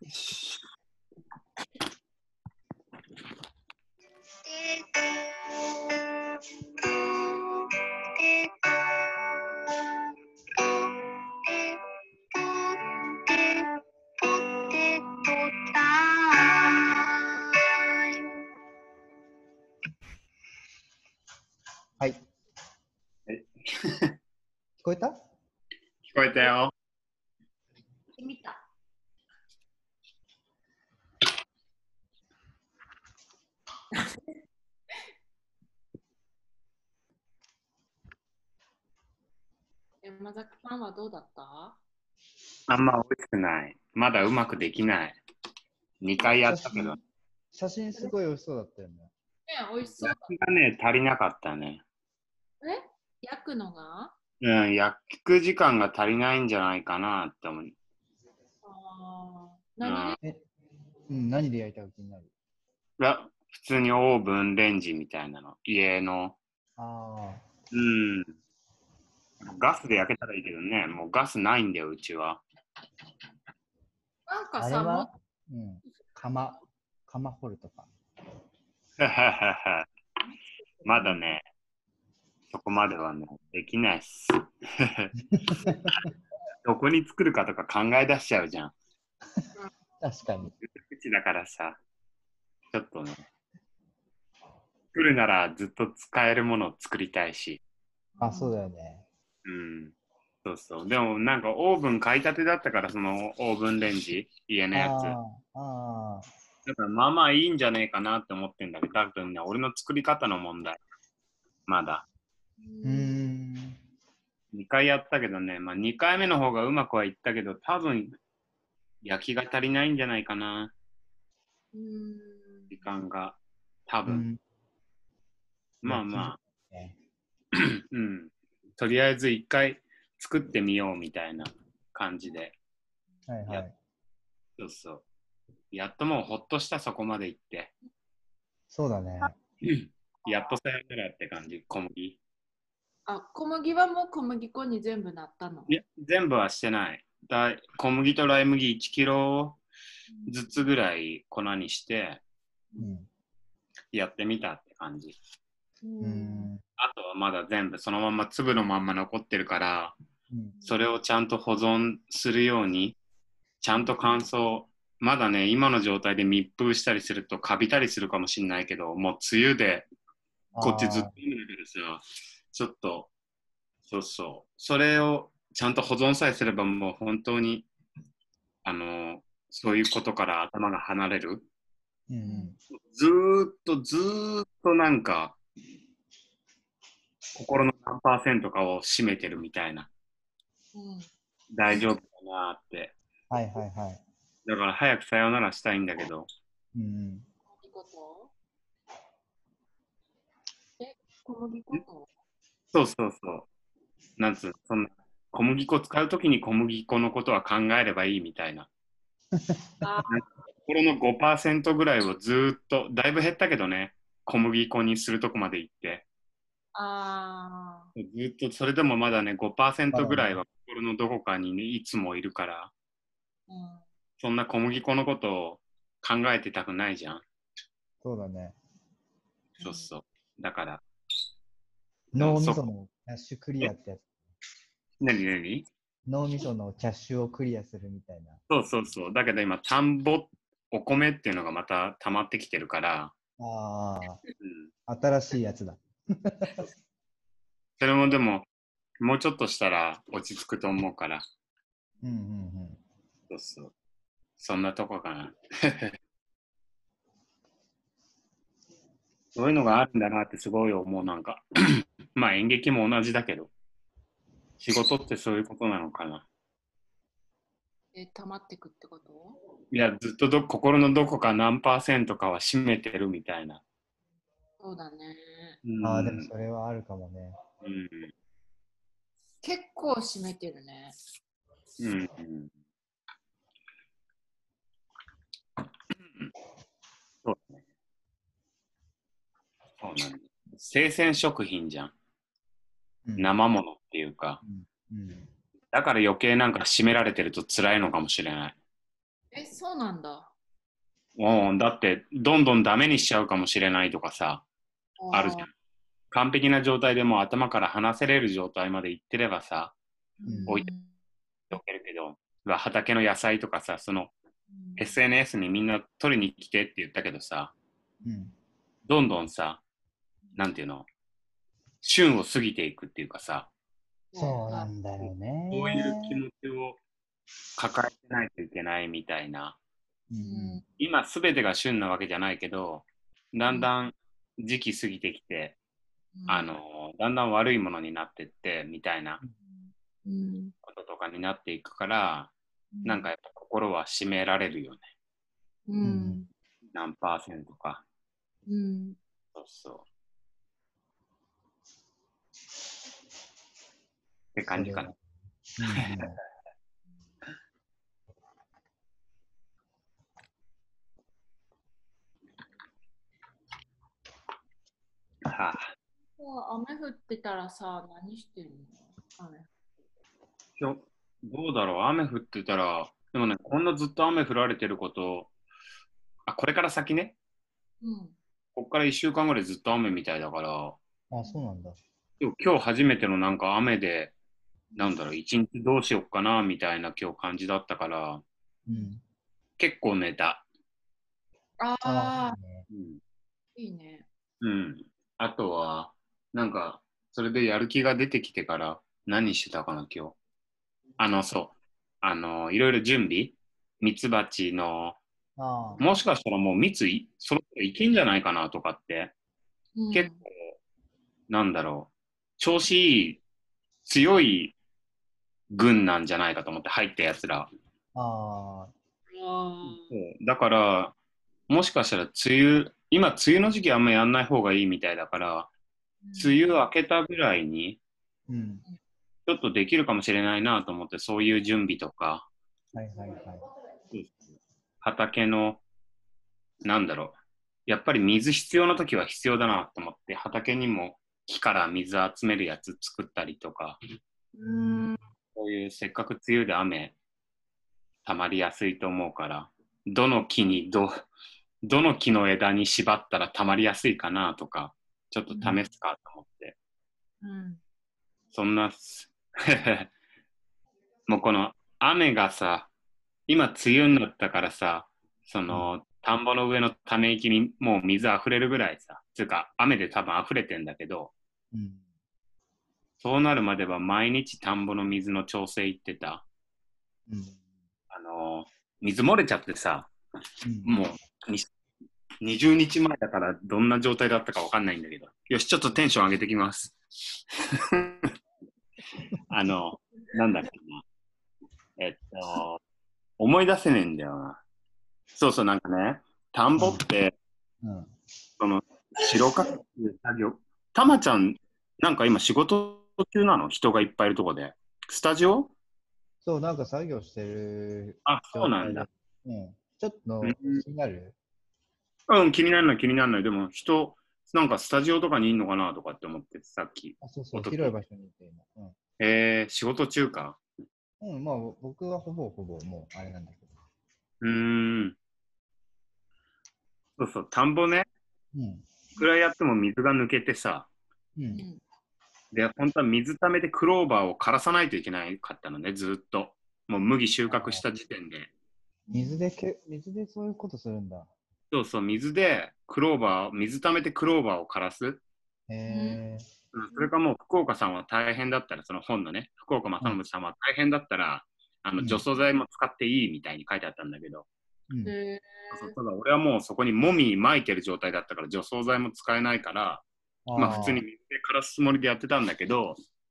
しはい。 はい、 聞こえた？ 聞こえたよ。 見た。山崎パンはどうだった？ あんま美味しくない。まだうまくできない。2回やったけど。 写真すごい美味しそうだったよね。 美味しそうだ。 焼きがね、足りなかったね。 焼くのが？ 焼く時間が足りないんじゃないかなって思う。 何で焼いたか気になる。 普通にオーブンレンジみたいなの。家の。ガスで焼けたらいいけどね。もうガスないんだよ、うちは。 なんかさ、も釜掘るとか。 まだね、そこまではね、できないっす。どこに作るかとか考え出しちゃうじゃん。 確かに。 うちだからさ、ちょっとね、作るならずっと使えるものを作りたいし。 そうだよね。 そうそう。でもなんかオーブン買いたてだったから、そのオーブンレンジ、家のやつ。だからまあまあいいんじゃねえかなって思ってんだけど、多分ね、俺の作り方の問題。まだ。2回やったけどね、まあ2回目の方がうまくはいったけど、多分焼きが足りないんじゃないかな。時間が。多分。まあまあ。とりあえず1回作ってみようみたいな感じで。そうそう。やっともうほっとした、そこまで行って。 そうだね。 やっとさよならって感じ、小麦。 小麦はもう小麦粉に全部なったの？ いや、全部はしてない。小麦とライ麦1キロずつぐらい粉にして、やってみたって感じ。あとはまだ全部そのまま粒のまんま残ってるから、それをちゃんと保存するように、ちゃんと乾燥、まだね、今の状態で密封したりするとカビたりするかもしれないけど、もう梅雨でこっちずっと今だからさ、ちょっと、そうそう、それをちゃんと保存さえすればもう本当に、そういうことから頭が離れる。ずーっとなんか、心の何パーセントかを占めてるみたいな。大丈夫かなって。だから早くさよならしたいんだけど。 小麦粉と？ そうそうそう。なんつうの、そんな小麦粉使うときに小麦粉のことは考えればいいみたいな。心の 5% ぐらいをずーっと、だいぶ減ったけどね、小麦粉にするとこまで行って。ずっとそれでもまだね、5% ぐらいは心のどこかにね、いつもいるから、そんな小麦粉のことを考えてたくないじゃん。 そうだね。 そうそう。だから。 脳みそのキャッシュクリアってやつ。 何脳みそのキャッシュをクリアするみたいな。 そうそうそう。だけど今、田んぼ、お米っていうのがまた溜まってきてるから。 新しいやつだ。 それもでも、もうちょっとしたら落ち着くと思うから。そうそう。そんなとこかな。そういうのがあるんだなってすごい思う、なんか。まあ演劇も同じだけど、仕事ってそういうことなのかな。 溜まってくってこと？ いや、ずっと心のどこか何パーセントかは占めてるみたいな。 そうだね。 でもそれはあるかもね。 結構占めてるね。 そうね。そうなんだ。生鮮食品じゃん。生ものっていうか。だから余計なんか占められてると辛いのかもしれない。 そうなんだ。 だって、どんどんダメにしちゃうかもしれないとかさ、あるじゃん。完璧な状態でもう頭から離せれる状態までいってればさ、置いておけるけど、畑の野菜とかさ、SNS にみんな取りに来てって言ったけどさ、どんどんさ、なんていうの、旬を過ぎていくっていうかさ、 そうなんだよね。 そういう気持ちを抱えてないといけないみたいな。今すべてが旬なわけじゃないけど、だんだん時期過ぎてきて、だんだん悪いものになってってみたいなこととかになっていくから、なんかやっぱ心は締められるよね。何%か。そうそう。って感じかな。はあ、 雨降ってたらさ、何してるの？ 今日、どうだろう、雨降ってたら、でもね、こんなずっと雨降られてること、これから先ね、こっから1週間ぐらいずっと雨みたいだから、 そうなんだ。 今日初めてのなんか雨で、なんだろう、一日どうしよっかな、みたいな今日感じだったから、結構寝た。 いいね。 あとは、なんか、それでやる気が出てきてから何してたかな、今日。そう。いろいろ準備ミツバチの、もしかしたらもうそろそろいけんじゃないかなとかって、結構、なんだろう、調子いい、強い軍なんじゃないかと思って入ったやつら。だから、もしかしたら今梅雨の時期あんまやんない方がいいみたいだから、梅雨明けたぐらいに、ちょっとできるかもしれないなと思って、そういう準備とか、畑の、なんだろう、やっぱり水必要な時は必要だなと思って、畑にも木から水集めるやつ作ったりとか、そういうせっかく梅雨で雨溜まりやすいと思うから、どの木の枝に縛ったら溜まりやすいかなとか、ちょっと試すかと思って。そんな、もうこの雨がさ、今梅雨になったからさ、田んぼの上のため池にもう水あふれるぐらいさ、つうか雨で多分あふれてんだけど、そうなるまでは毎日田んぼの水の調整行ってた。水漏れちゃってさ、もう20日前だからどんな状態だったかわかんないんだけど、よし、ちょっとテンション上げてきます。なんだっけな。思い出せねえんだよな。そうそう、なんかね、田んぼって、白かく作業。たまちゃん、なんか今仕事中なの？人がいっぱいいるとこで。スタジオ？ そう、なんか作業してる。 そうなんだ。 ちょっと気になる？ 気にならない、気にならない。でもなんかスタジオとかにいんのかなとかって思ってさっき。 そうそう、広い場所にいて今。 仕事中か。 まあ僕はほぼもうあれなんだけど。 そうそう、田んぼね。いくらやっても水が抜けてさ。で、本当は水ためでクローバーを枯らさないといけないかったのね、ずっと。もう麦収穫した時点で。 水でそういうことするんだ。 そうそう、水ためてクローバーを枯らす。それかもう福岡さんは大変だったら、その本のね、福岡正信さんは大変だったら、除草剤も使っていいみたいに書いてあったんだけど、ただ俺はもうそこにもみ撒いてる状態だったから除草剤も使えないから、まあ普通に水で枯らすつもりでやってたんだけど、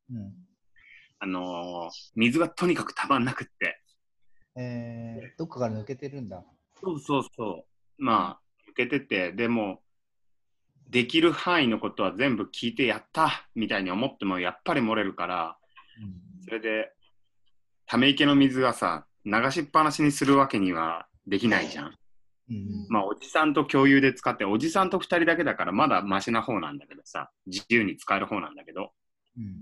水がとにかくたまんなくって。 どっかから抜けてるんだ。 そうそうそう。まあ、抜けてて、でも、できる範囲のことは全部聞いてやったみたいに思ってもやっぱり漏れるから、それで、ため池の水がさ、流しっぱなしにするわけにはできないじゃん。まあ、おじさんと共有で使って、おじさんと2人だけだからまだマシな方なんだけどさ、自由に使える方なんだけど、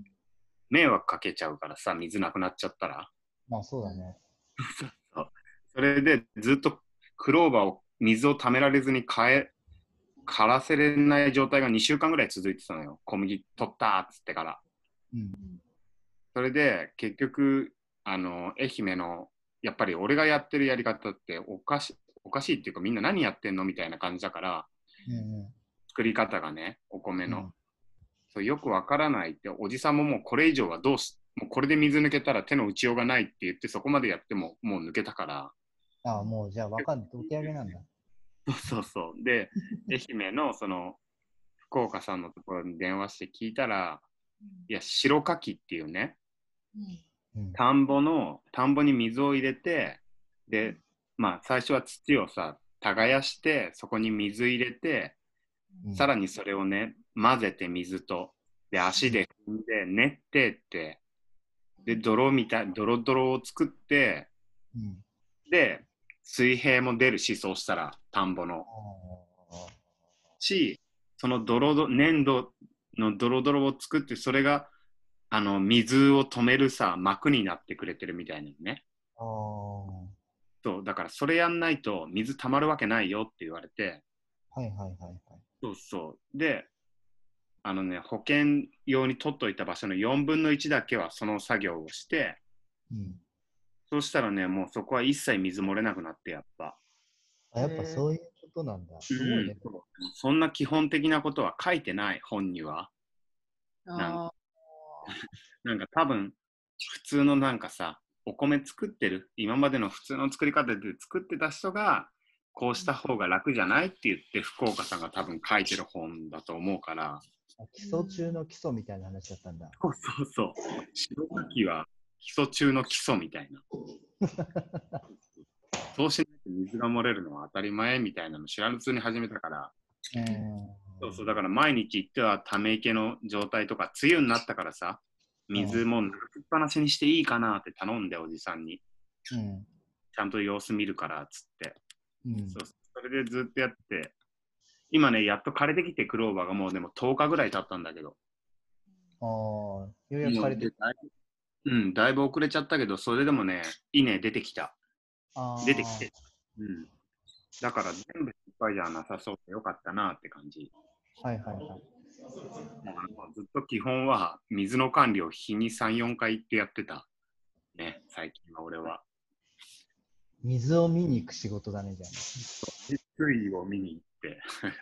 迷惑かけちゃうからさ、水なくなっちゃったら。 まあそうだね。 それでずっとクローバーを水をためられずに枯らせれない状態が2週間ぐらい続いてたのよ。小麦取ったっつってから。 うん。 それで結局、愛媛の、やっぱり俺がやってるやり方っておかしいっていうか、みんな何やってんのみたいな感じだから、作り方がね、お米の。そうよくわからないって、おじさんももうこれ以上はもうこれで水抜けたら手の打ちようがないって言って、そこまでやってももう抜けたから。 ああ、もうじゃあわかんない。解き上げなんだ。 そうそう。で、愛媛のその福岡さんのところに電話して聞いたら、いや、白柿っていうね、田んぼに水を入れて、で、まあ最初は土をさ、耕して、そこに水入れて、さらにそれをね、混ぜて水と、で、足で踏んで、練ってって、で、ドロドロを作って、で、水平も出るし、そうしたら、田んぼの。その粘土のドロドロを作って、それが、水を止めるさ、膜になってくれてるみたいなのね。そう、だからそれやんないと水溜まるわけないよって言われて。そうそう。で、保険用に取っといた場所の4分の1だけはその作業をして、そうしたらね、もうそこは一切水漏れなくなって、やっぱ。 やっぱそういうことなんだ。すごいね。 そんな基本的なことは書いてない、本には。なんか多分、普通のなんかさ、お米作ってる、今までの普通の作り方で作ってた人が、こうした方が楽じゃないって言って、福岡さんが多分書いてる本だと思うから。 基礎中の基礎みたいな話だったんだ。 そうそう。白柿は基礎中の基礎みたいな。そうしないと水が漏れるのは当たり前みたいなの知らずに始めたから。そうそう、だから毎日行ってはため池の状態とか、梅雨になったからさ、水も流しっぱなしにしていいかなって頼んで、おじさんに。ちゃんと様子見るからっつって。それでずっとやって、今ね、やっと枯れてきてクローバーがもうでも10日ぐらい経ったんだけど。 ようやく枯れてきた。 だいぶ遅れちゃったけど、それでもね、稲出てきた。出てきて。だから全部失敗じゃなさそうでよかったなって感じ。ずっと基本は水の管理を日に3、4回ってやってた。ね、最近は俺は。 水を見に行く仕事だね、じゃあ。 水位を見に行って。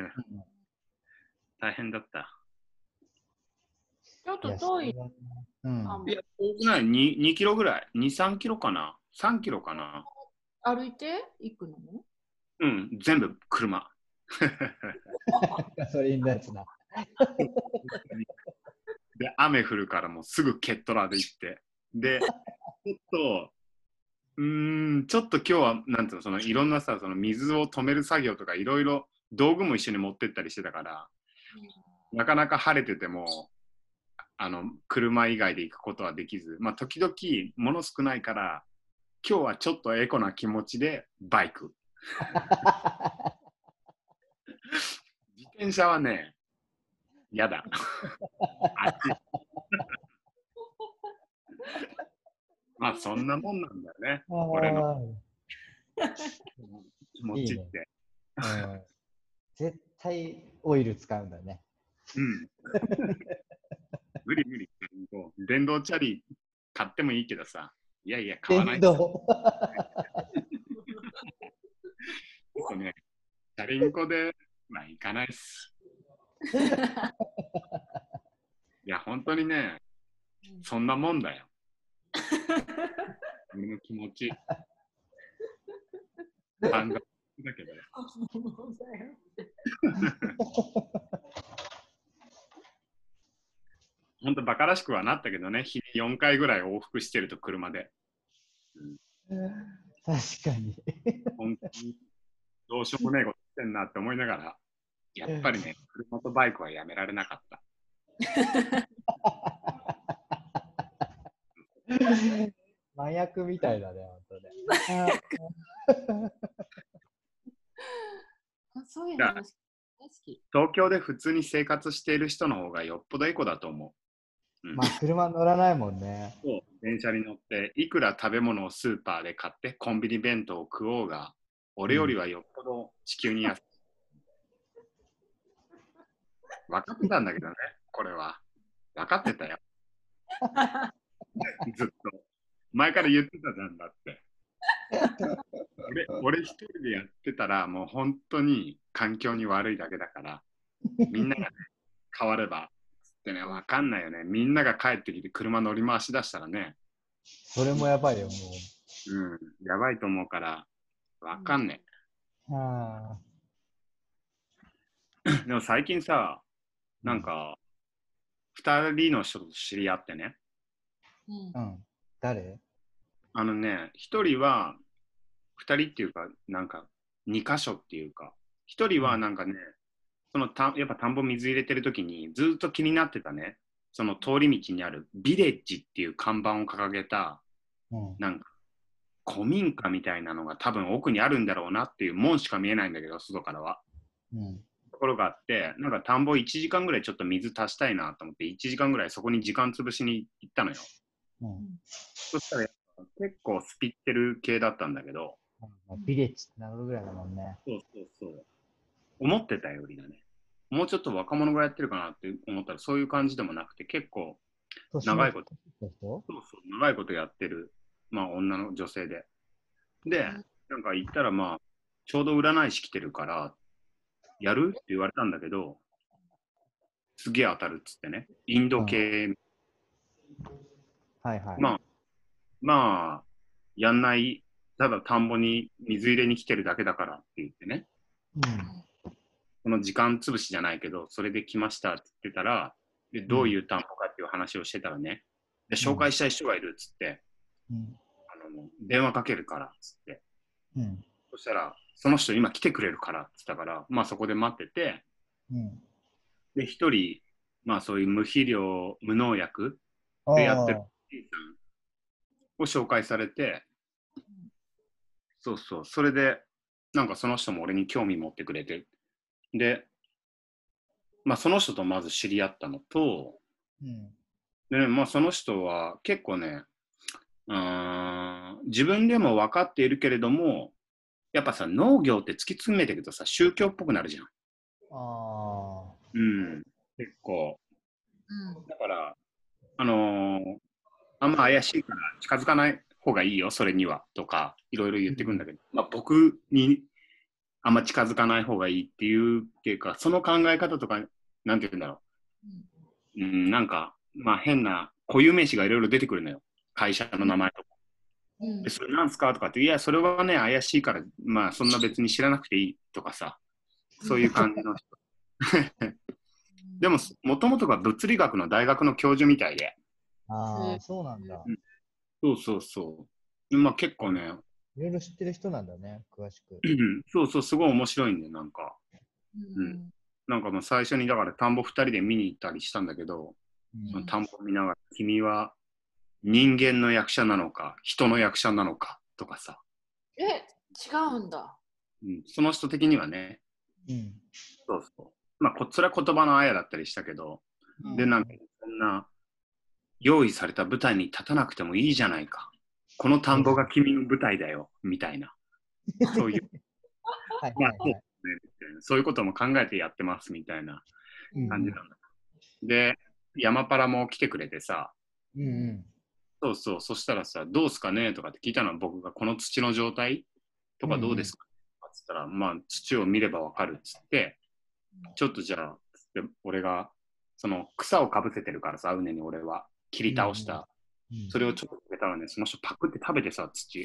大変だった。 ちょっと遠い。 いや、遠くない。2キロぐらい。2、3キロかな。3キロかな。 歩いて行くの？ 全部車。 ガソリンのやつだ。 で、雨降るからもうすぐケットラで行って。で、ちょっと今日は、なんていうの、そのいろんなさ、その水を止める作業とかいろいろ道具も一緒に持ってったりしてたから、なかなか晴れてても、車以外で行くことはできず、まあ、時々物少ないから、今日はちょっとエコな気持ちでバイク。自転車はね、やだ。まあそんなもんなんだよね、俺の気持ちって。 絶対オイル使うんだね。 無理。電動チャリ買ってもいいけどさ、いやいや、買わない。チャリンコではいかないっす。いや、本当にね、そんなもんだよ。俺の気持ち。だけど。本当バカらしくはなったけどね、日に4回ぐらい往復してると車で。 確かに。 本当にどうしようもねえことしてんなって思いながら、やっぱりね、車とバイクはやめられなかった。 麻薬みたいだね、本当ね。 そういう話大好き。 東京で普通に生活している人の方がよっぽどエコだと思う。 まあ、車乗らないもんね。 そう。 電車に乗って、いくら食べ物をスーパーで買って、コンビニ弁当を食おうが、俺よりはよっぽど地球に優しい。分かってたんだけどね、これは。分かってたよ。ずっと。前から言ってたじゃんだって。俺一人でやってたら、もう本当に環境に悪いだけだから、みんなが、ね、変われば。ってね、分かんないよね。みんなが帰ってきて車乗り回し出したらね。 それもやばいよ、もうん、やばいと思うから、分かんねう。あえ。でも最近さ、なんか、二人の人と知り合ってね。 うん。誰？ 一人は、二人っていうか、なんか、二箇所っていうか、一人はなんかね、やっぱ田んぼ水入れてる時にずっと気になってたね、その通り道にあるビレッジっていう看板を掲げた、なんか、古民家みたいなのが多分奥にあるんだろうなっていう門しか見えないんだけど、外からは。ところがあって、なんか田んぼ1時間ぐらいちょっと水足したいなと思って、1時間ぐらいそこに時間潰しに行ったのよ。そしたら結構スピってる系だったんだけど、 ビレッジってなるぐらいだもんね。 そうそうそう。思ってたよりだね。もうちょっと若者がやってるかなって思ったら、そういう感じでもなくて、結構長いこと、長いことやってる、まあ女の女性で。で、なんか行ったらまあ、ちょうど占い師来てるから、やるって言われたんだけど、すげえ当たるっつってね。インド系。 はいはい。 まあ、やんない、ただ田んぼに水入れに来てるだけだからって言ってね。この時間潰しじゃないけど、それで来ましたって言ってたら、でどういう田んぼかっていう話をしてたらね、で紹介したい人がいるっつって、電話かけるからっつって、そしたら、その人今来てくれるからっつったから、まあそこで待ってて、で、一人、まあそういう無肥料、無農薬でやってるじいさんを紹介されて、そうそう、それで、なんかその人も俺に興味持ってくれて、で、まあその人とまず知り合ったのと、でね、まあその人は結構ね、自分でも分かっているけれども、やっぱさ、農業って突き詰めていくとさ、宗教っぽくなるじゃん。結構。だから、あんま怪しいから近づかない方がいいよ、それには、とか、いろいろ言ってくんだけど、まあ僕にあんま近づかない方がいいっていうか、その考え方とか、なんて言うんだろう。なんか、まあ変な固有名詞がいろいろ出てくるのよ。会社の名前とか。でそれなんすかとかって、いや、それはね、怪しいから、まあそんな別に知らなくていいとかさ、そういう感じの人。でも、もともとが物理学の大学の教授みたいで。 ああ、そうなんだ。 そうそうそう。まあ結構ね、 いろいろ知ってる人なんだね、詳しく。 そうそう、すごい面白いんで、なんか。なんかもう最初に、だから田んぼ2人で見に行ったりしたんだけど、その田んぼ見ながら、君は人間の役者なのか、人の役者なのかとかさ。 違うんだ。 その人的にはね。そうそう。まあ、それは言葉のあやだったりしたけど、で、なんか、そんな、用意された舞台に立たなくてもいいじゃないか。この田んぼが君の舞台だよ、みたいな。そういう。そういうことも考えてやってますみたいな感じなんだ。で、山パラも来てくれてさ、そうそう、そしたらさ、どうすかねとかって聞いたのは僕がこの土の状態とかどうですかって言ったら、まあ土を見ればわかるっつって、ちょっとじゃあ、つって俺がその草をかぶせてるからさ、畝に俺は切り倒した。それをちょっとくれたらね、その人パクって食べてさ、土。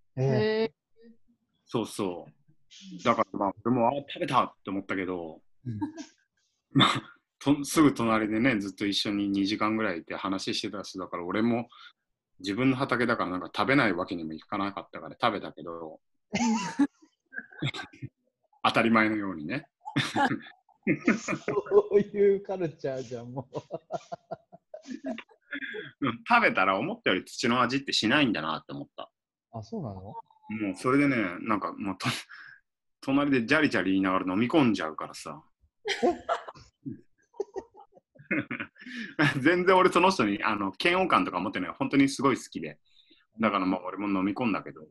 そうそう。だからまあ、俺も食べたって思ったけど、まあ、すぐ隣でね、ずっと一緒に2時間ぐらいいて話してたし、だから俺も自分の畑だからなんか食べないわけにもいかなかったから食べたけど、当たり前のようにね。 そういうカルチャーじゃん、もう。 食べたら思ったより土の味ってしないんだなって思った。 あ、そうなの？ もうそれでね、なんかもう隣でジャリジャリ言いながら飲み込んじゃうからさ。 全然俺その人に嫌悪感とか持ってない。本当にすごい好きで。だからまあ俺も飲み込んだけど。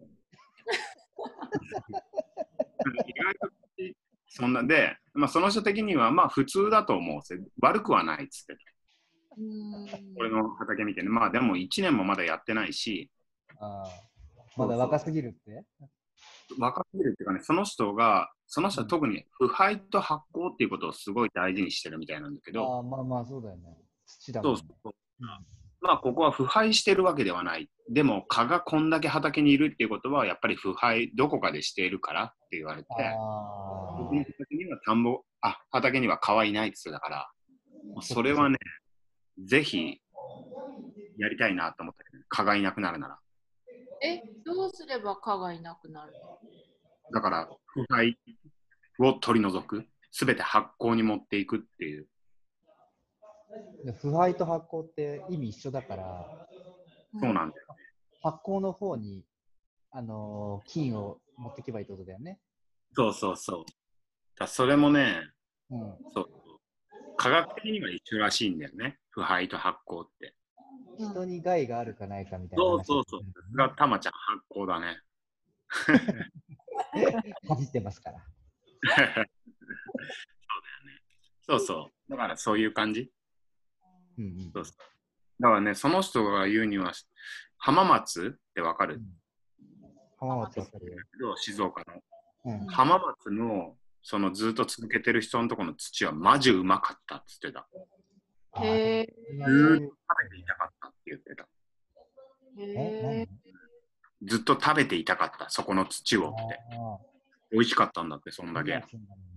意外とそんなで、まあ、その人的にはまあ普通だと思う。悪くはないっつってた。俺の畑見てね。まあでも1年もまだやってないし。 ああ、まだ若すぎるって？ 若すぎるっていうかね、その人は特に腐敗と発酵っていうことをすごい大事にしてるみたいなんだけど。 ああ、まあまあそうだよね。土だもんね。 そうそう。まあここは腐敗してるわけではない。でも蚊がこんだけ畑にいるっていうことはやっぱり腐敗どこかでしているからって言われて、僕の畑には畑には蚊はいないって言ってたから、それはね、ぜひやりたいなと思ったけど、蚊がいなくなるなら。 どうすれば蚊がいなくなるの？ だから腐敗を取り除く、すべて発酵に持っていくっていう。 腐敗と発酵って意味一緒だから、 そうなんだよ。 発酵の方に、菌を持っていけばいいってことだよね。 そうそうそう。それもね、そう科学的には一緒らしいんだよね。腐敗と発酵って。 人に害があるかないかみたいな話。 そう。さすがたまちゃん発酵だね。 走ってますから。 そうだよね。そう。だからそういう感じ。そうそう。だからね、その人が言うには、浜松ってわかる？ 浜松わかるよ。 静岡の。浜松のそのずっと続けてる人のところの土はマジうまかったって言ってた。 へずーっと食べていたかったって言ってた。ずっと食べていたかった、そこの土をって。美味しかったんだって、そんだけ。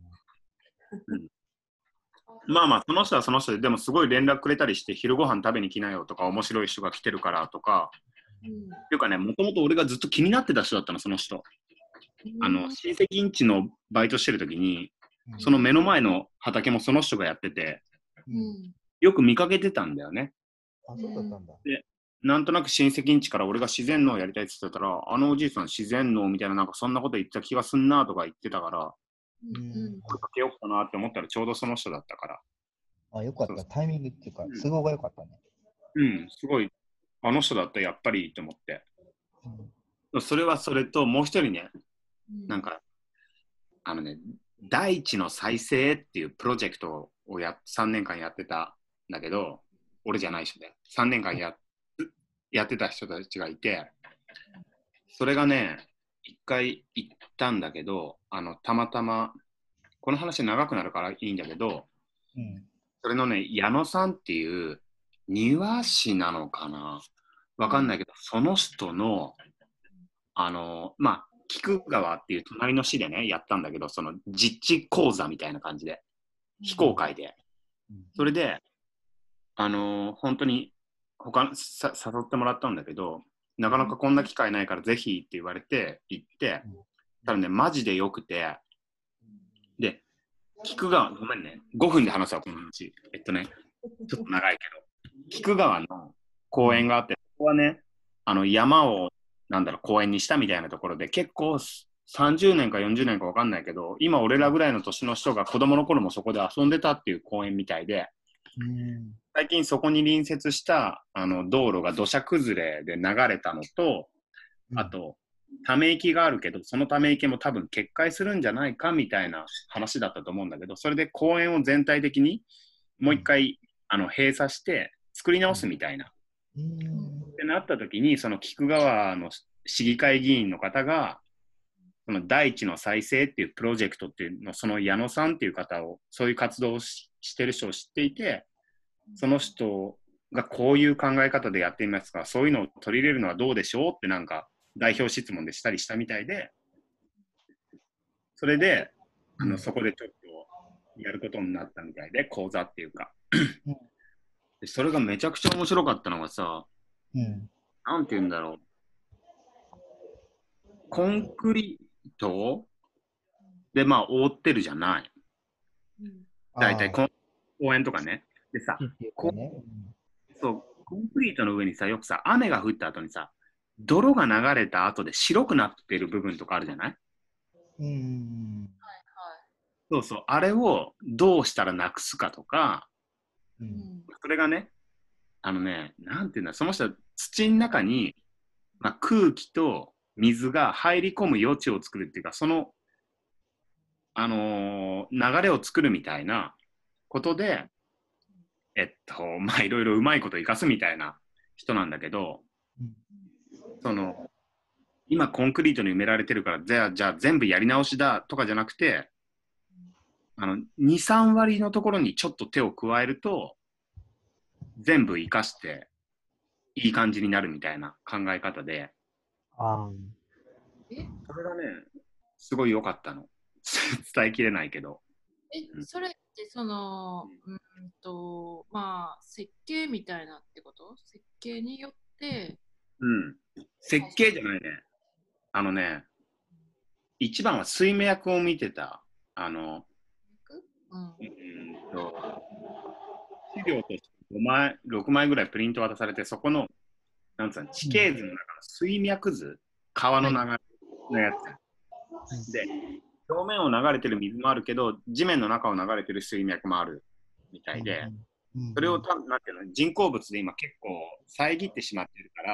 まあまあ、その人はその人で、でもすごい連絡くれたりして、昼ご飯食べに来なよとか、面白い人が来てるからとか、っていうかね、もともと俺がずっと気になってた人だったの、その人。親戚んちのバイトしてる時に、その目の前の畑もその人がやってて、よく見かけてたんだよね。 あ、そうだったんだ。 で、なんとなく親戚んちから俺が自然農やりたいって言ってたら、あのおじいさん自然農みたいな、なんかそんなこと言った気がすんなとか言ってたから、声かけようかなって思ったらちょうどその人だったから。 あ、よかった。タイミングっていうか、都合がよかったね。 すごい、あの人だったらやっぱりいいと思って。それはそれと、もう一人ね、なんか、大地の再生っていうプロジェクトを3年間やってたんだけど、俺じゃない人で、3年間やってた人たちがいて、それがね、一回行ったんだけど、たまたま、この話長くなるからいいんだけど、それのね、矢野さんっていう庭師なのかなわかんないけど、その人の、まあ、菊川っていう隣の市でね、やったんだけど、その実地講座みたいな感じで、非公開で。それで、本当に誘ってもらったんだけど、なかなかこんな機会ないからぜひって言われて行って、ただね、マジでよくて、で、菊川、ごめんね、5分で話すわ、この話。ちょっと長いけど、菊川の公園があって、ここはね、山を公園にしたみたいなところで、結構30年か40年か分かんないけど、今俺らぐらいの年の人が子供の頃もそこで遊んでたっていう公園みたいで、最近そこに隣接した道路が土砂崩れで流れたのと、あと、ため池があるけど、そのため池も多分決壊するんじゃないかみたいな話だったと思うんだけど、それで公園を全体的にもう一回閉鎖して作り直すみたいな。ってなった時に、その菊川の市議会議員の方が、その大地の再生っていうプロジェクトっていうの、その矢野さんっていう方を、そういう活動をしてる人を知っていて、その人がこういう考え方でやっていますから、そういうのを取り入れるのはどうでしょうってなんか代表質問でしたりしたみたいで、それでそこでちょっとやることになったみたいで、講座っていうかで、それがめちゃくちゃ面白かったのがさ、なんて言うんだろう、コンクリートでまあ覆ってるじゃない、大体公園とかね。でさ、そう、コンクリートの上にさ、よくさ、雨が降った後にさ、泥が流れた後で白くなってる部分とかあるじゃない？そうそう、あれをどうしたらなくすかとか、 それがね、なんていうんだ、その人は土の中に、空気と水が入り込む余地を作るっていうか、その、流れを作るみたいなことで、いろいろうまいこと生かすみたいな人なんだけど、その、今コンクリートに埋められてるから、じゃあ全部やり直しだとかじゃなくて、2、3割のところにちょっと手を加えると、全部生かしていい感じになるみたいな考え方で、それがね、すごい良かったの。伝えきれないけど。 それってその、設計みたいなってこと？設計によって。 設計じゃないね。一番は水脈を見てた。資料として6枚ぐらいプリント渡されて、そこの、地形図の中の水脈図、川の流れのやつ。で、表面を流れてる水もあるけど、地面の中を流れてる水脈もあるみたいで、それをなんていうの、人工物で今結構遮ってしまってるから、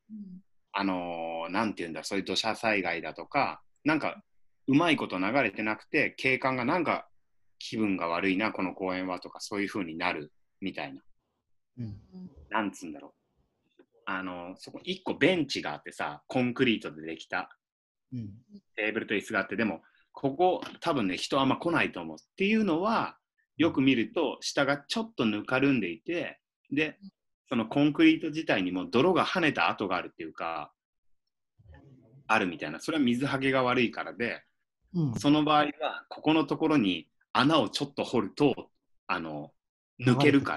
なんていうんだ、そういう土砂災害だとか、なんかうまいこと流れてなくて、景観がなんか気分が悪いな、この公園はとか、そういう風になるみたいな。なんつうんだろう。そこ1個ベンチがあってさ、コンクリートでできたテーブルと椅子があって、でも、ここ多分ね、人あんま来ないと思うっていうのは、よく見ると下がちょっとぬかるんでいて、で、そのコンクリート自体にも泥が跳ねた跡があるっていうか、あるみたいな。それは水はけが悪いからで、その場合はここのところに穴をちょっと掘ると抜けるから。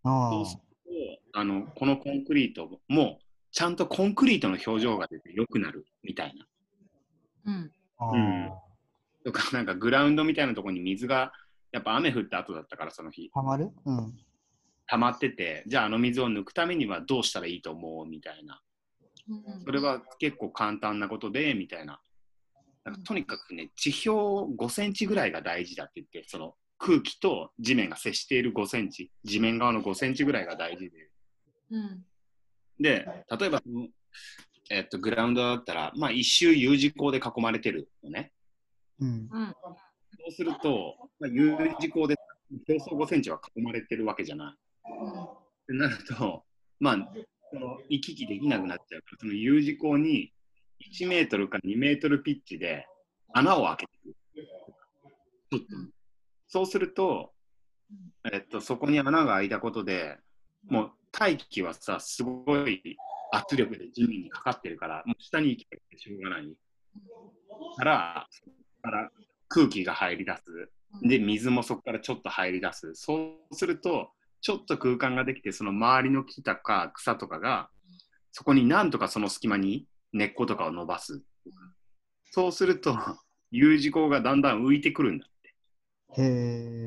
そうするとこのコンクリートもちゃんとコンクリートの表情が出て良くなるみたいな。とか、なんかグラウンドみたいなところに水がやっぱ雨降った後だったから、その日溜まってて、じゃあ水を抜くためにはどうしたらいいと思うみたいな。それは結構簡単なことでみたいな。とにかくね、地表5センチぐらいが大事だって言って、その空気と地面が接している5センチ、地面側の5センチぐらいが大事で。で、例えば、グラウンドだったら、一周 U 字工で囲まれてるのね。そうすると、U 字工で表層5センチは囲まれてるわけじゃない。ってなると、その行き来できなくなっちゃうから、その U 字工に1メートルか2メートルピッチで穴を開けていく。そうすると、そこに穴が開いたことで、もう大気はさ、すごい圧力で地面にかかってるから、もう下に行きたくてしょうがない。から空気が入り出す。で、水もそこからちょっと入り出す。そうすると、ちょっと空間ができて、その周りの木とか草とかが、そこになんとかその隙間に根っことかを伸ばす。そうすると、U 字工がだんだん浮いてくるんだって。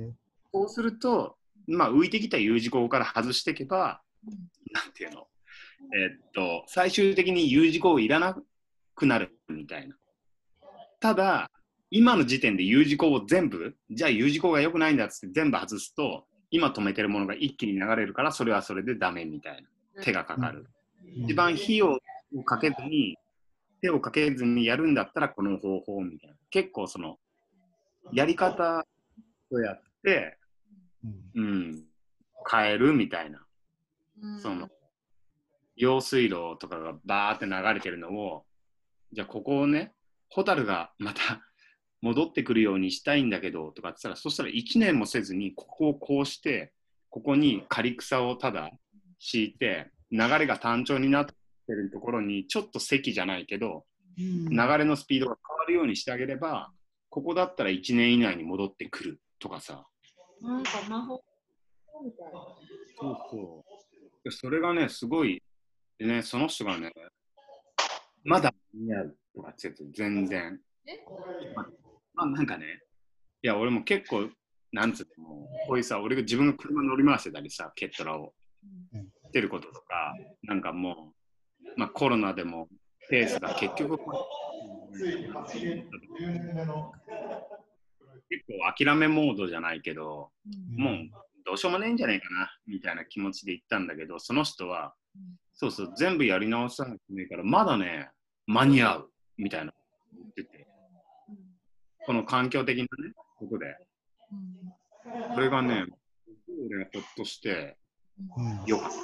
そうすると、浮いてきた U 字工から外していけば、なんていうの、最終的に U 字工いらなくなるみたいな。ただ、今の時点で U 字工を全部、じゃあ U 字工が良くないんだっつって全部外すと、今止めてるものが一気に流れるから、それはそれでダメみたいな。手がかかる。一番費用をかけずに、手をかけずにやるんだったらこの方法みたいな。結構その、やり方をやって、変えるみたいな。その、用水路とかがバーって流れてるのを、じゃあここをね、ホタルがまた戻ってくるようにしたいんだけどとかって言ったら、そしたら1年もせずにここをこうして、ここに刈草をただ敷いて、流れが単調になってるところにちょっと堰じゃないけど、流れのスピードが変わるようにしてあげれば、ここだったら1年以内に戻ってくるとかさ。 なんか魔法みたいな。 そうそう。それがね、すごい。でね、その人がね、まだ似合うとかって言って全然。なんかね、いや、俺も結構、なんつうの、こういうさ、俺が自分が車乗り回してたりさ、ケットラをしてることとか、なんかもう、コロナでもペースが結局、結構諦めモードじゃないけど、もうどうしようもないんじゃないかなみたいな気持ちで行ったんだけど、その人は、そうそう、全部やり直さなきゃいけないから、まだね、間に合うみたいな言ってて、この環境的なね、ことで。それがね、俺はほっとして、よかった。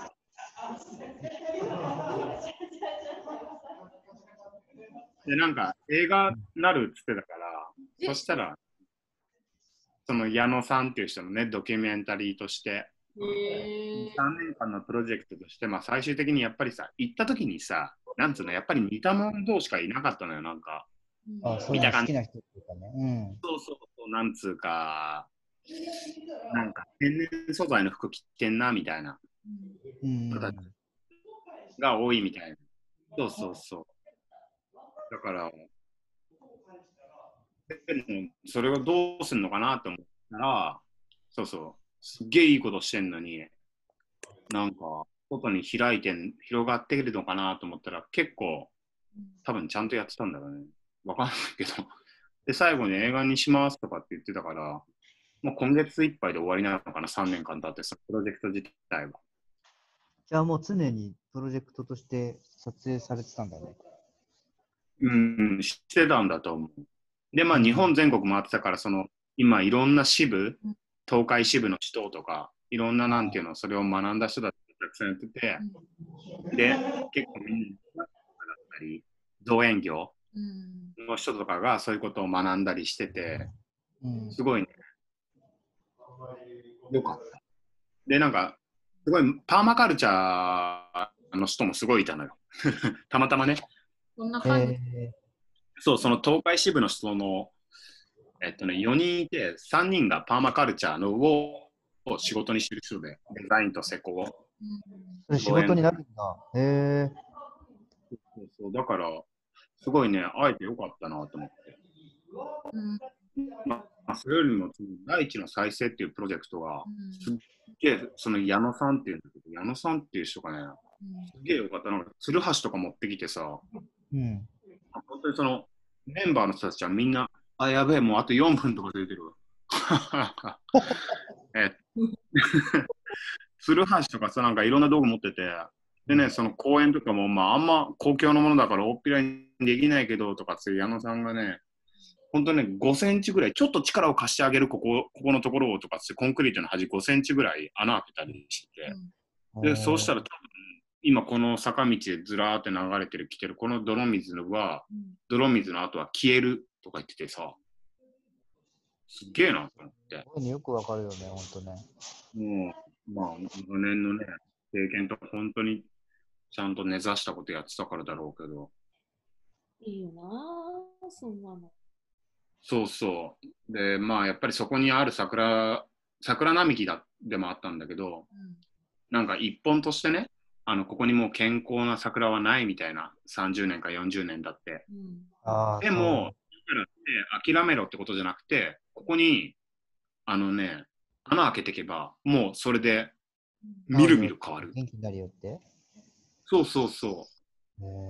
で、なんか映画なるっつってたから、そしたら、その矢野さんっていう人のね、ドキュメンタリーとして、3年間のプロジェクトとして、まあ最終的にやっぱりさ、行った時にさ、なんつうの、やっぱり似た者同士しかいなかったのよ、なんか。 あ、そういうの好きな人っていうかね。 そうそうそう、なんつうか、なんか天然素材の服着てんな、みたいな。人たちが多いみたいな。そうそうそう。だから、でもそれをどうすんのかなと思ったら、そうそう、すっげえいいことしてんのに、なんか、外に広がってくるのかなと思ったら、結構、多分ちゃんとやってたんだろうね。わかんないけど。で、最後に映画にしますとかって言ってたから、もう今月いっぱいで終わりなのかな、3年間経って、そのプロジェクト自体は。 じゃあもう常にプロジェクトとして撮影されてたんだね。 してたんだと思う。で、まあ日本全国回ってたから、今いろんな支部、東海支部の指導とか、いろんななんていうの、それを学んだ人たちがたくさんやってて、で、結構みんなだったり、造園業の人とかがそういうことを学んだりしてて、すごいね、よかった。で、なんか、すごいパーマカルチャーの人もすごいいたのよ。たまたまね。 こんな感じ。 そう、その東海支部の人の、4人いて、3人がパーマカルチャーのを仕事にしてる人で、デザインと施工を。 それ仕事になるんだ。 そうだから、すごいね、会えてよかったなと思って。まあ、それよりも、第一の再生っていうプロジェクトが、すっげえ、その矢野さんっていうんだけど、矢野さんっていう人がね、すっげえよかった。なんか、鶴橋とか持ってきてさ、本当にその、メンバーの人たちはみんな、あ、やべえ、もうあと4分とか出てるわ。鶴橋とかさ、なんかいろんな道具持ってて、でね、その公園とかも、まあ、あんま公共のものだから大っぴらにできないけどとかって矢野さんがね、本当ね、5センチぐらい、ちょっと力を貸してあげるここのところをとかって、コンクリートの端5センチぐらい穴開けたりして、で、そうしたら多分、今この坂道でずらーって流れてる、来てる、この泥水の後は消えるとか言っててさ、すっげえなと思って。 よくわかるよね、ほんとね。 もう、まあ、5年のね、経験と本当にちゃんと根ざしたことやってたからだろうけど。 いいよなぁ、そんなの。 そうそう。で、まあ、やっぱりそこにある桜並木でもあったんだけど、なんか一本としてね、ここにもう健康な桜はないみたいな、30年か40年だって。でも、諦めろってことじゃなくて、ここに、穴開けていけば、もうそれで、みるみる変わる。 元気になるよって。 そうそうそう。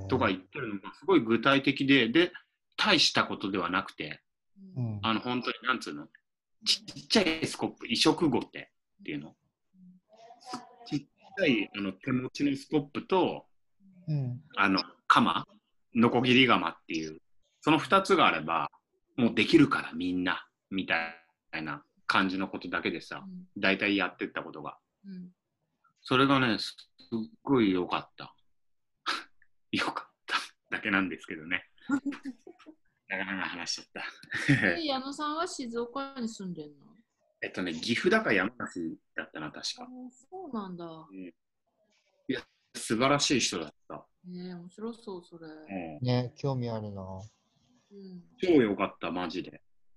とか言ってるのがすごい具体的で、大したことではなくて、本当に、なんつうの、ちっちゃいスコップ、移植ゴテっていうの。ちっちゃい手持ちのスコップと、鎌、ノコギリ鎌っていう、その2つがあれば、もうできるからみんな、みたいな感じのことだけでさ、大体やってったことが。それがね、すっごい良かった。良かっただけなんですけどね。なかなか話しちゃった。 矢野さんは静岡に住んでんの？ 岐阜だか山梨だったな、確か。 そうなんだ。 いや、素晴らしい人だった。 ね、面白そう、それ。 ね、興味あるな。 超良かった、マジで。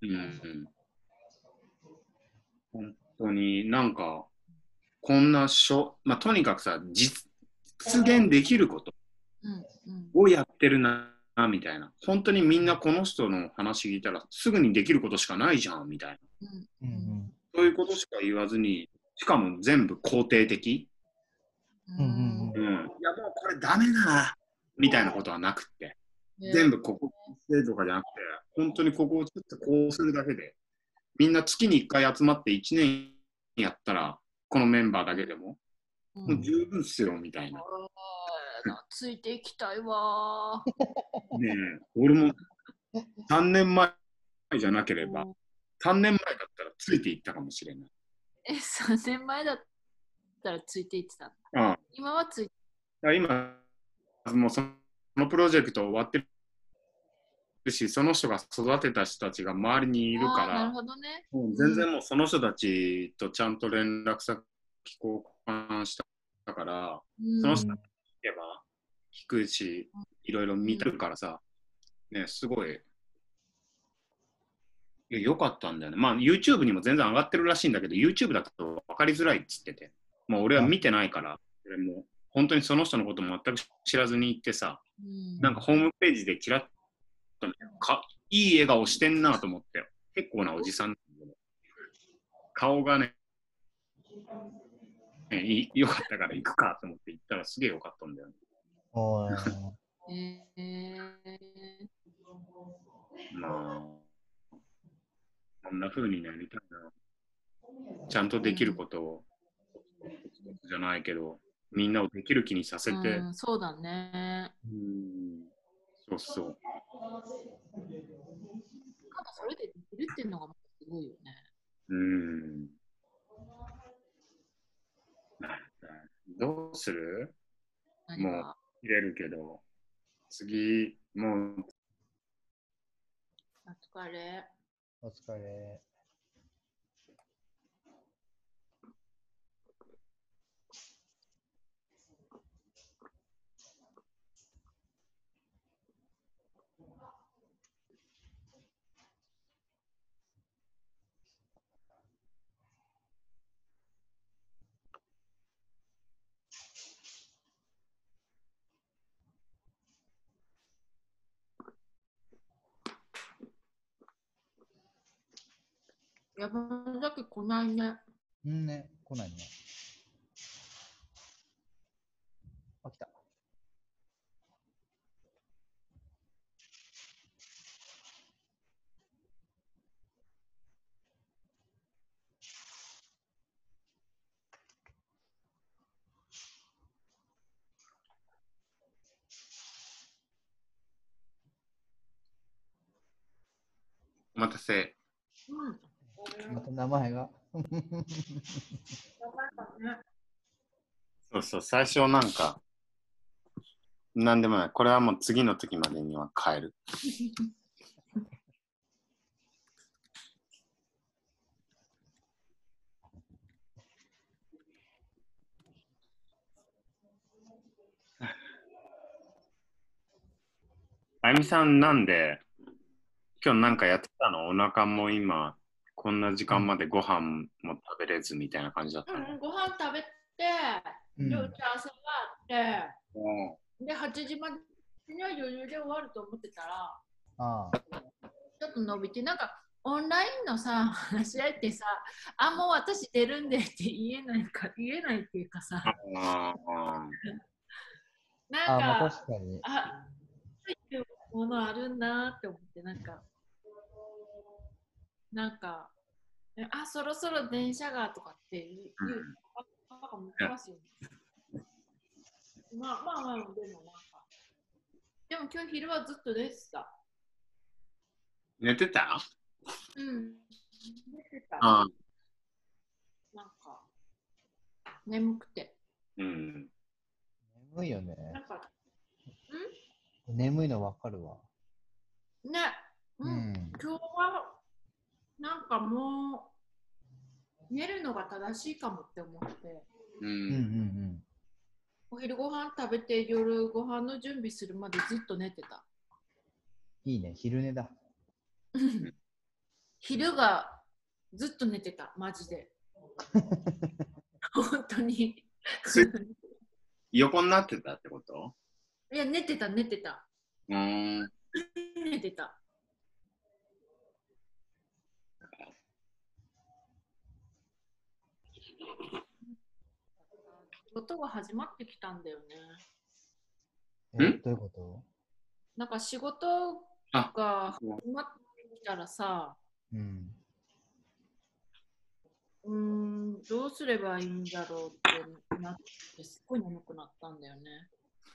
本当になんか、こんなまあ、とにかくさ、実現できることをやってるな、みたいな。本当にみんなこの人の話聞いたら、すぐにできることしかないじゃん、みたいな。そういうことしか言わずに、しかも全部肯定的。いや、もうこれダメだな、みたいなことはなくって。全部ここしてとかじゃなくて、本当にここをちょっとこうするだけで、みんな月に1回集まって1年やったら、 このメンバーだけでも、 うんもう十分っすよみたいな。 ついていきたいわねえ、俺も3年前じゃなければ、3年前だったらついていったかもしれない。 3年前だったらついていってた。 ああ、 今はついて今、もうそのプロジェクト終わってるし、その人が育てた人たちが周りにいるかなるら、 ほどね。 もう全然もうその人たちとちゃんと連絡先交換したから、その人に聞けば聞くし、いろいろ見てるからさ、ね、すごい、良かったんだよね。まあ YouTube にも全然上がってるらしいんだけど、YouTube だと分かりづらいっつってて、もう俺は見てないから、俺も本当にその人のこと全く知らずに行ってさ、なんかホームページでキラッと、いい笑顔してんなと思って、結構なおじさんなんだけど、顔がね、良かったから行くかと思って行ったらすげえ良かったんだよね。まあ、こんな風になりたいな。ちゃんとできることを、じゃないけど、みんなをできる気にさせて。 そうだね。 そうそう。 ただそれでできるっていうのがすごいよね。 どうする？もう入れるけど、次、もう。 お疲れ。 お疲れ。 山崎来ないね。 ね、来ないね。あ、来た。 お待たせ。 また名前が。 そうそう、最初なんか、なんでもない。これはもう次の時までには変える。あゆみさん、なんで、今日なんかやってたの？お腹も今、こんな時間までご飯も食べれずみたいな感じだったの？ ご飯食べて、で、打ち合わせがあって、で、8時までには余裕で終わると思ってたら、ちょっと伸びて、なんか、オンラインのさ、話し合いってさ、もう私出るんでって言えないっていうかさ、なんか、 確かに。 そういうものあるんだって思って、なんか、そろそろ電車がとかって言うかも難しいよね。まあ、でもなんか。でも今日昼はずっと寝てた。 寝てた？ 寝てた。 なんか、眠くて。 眠いよね。眠いのわかるわ。 ね。今日は、なんかもう、寝るのが正しいかもって思って。お昼ご飯食べて夜ご飯の準備するまでずっと寝てた。 いいね、昼寝だ。 昼がずっと寝てた、マジで。本当に。 横になってたってこと？ いや、寝てた。寝てた。仕事が始まってきたんだよね。 どういうこと？ なんか仕事が始まってきたらさ、 どうすればいいんだろうってなって、すっごい眠くなったんだよね。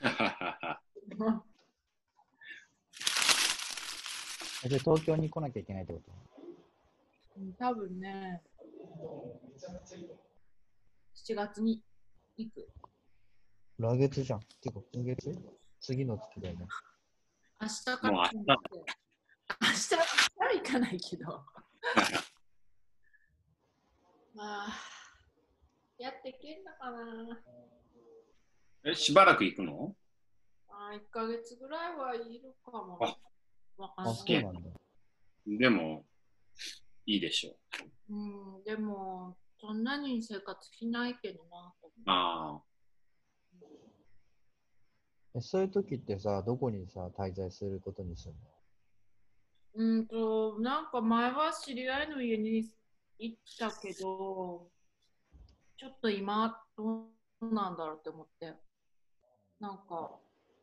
で、東京に来なきゃいけないってこと？ 多分ね、7月に行く。 来月じゃん。てか、今月？次の月だよね。 明日からもう明日。 明日は行かないけど。まあ、やってけんのかな。 しばらく行くの ？1ヶ月ぐらいはいるかも。わかんない。 そうなんだ。 でも、いいでしょう。でも、そんなに生活しないけどな。 ああ。そういう時ってさ、どこにさ、滞在することにするの？なんか前は知り合いの家に行ったけど、ちょっと今どうなんだろうって思って、なんか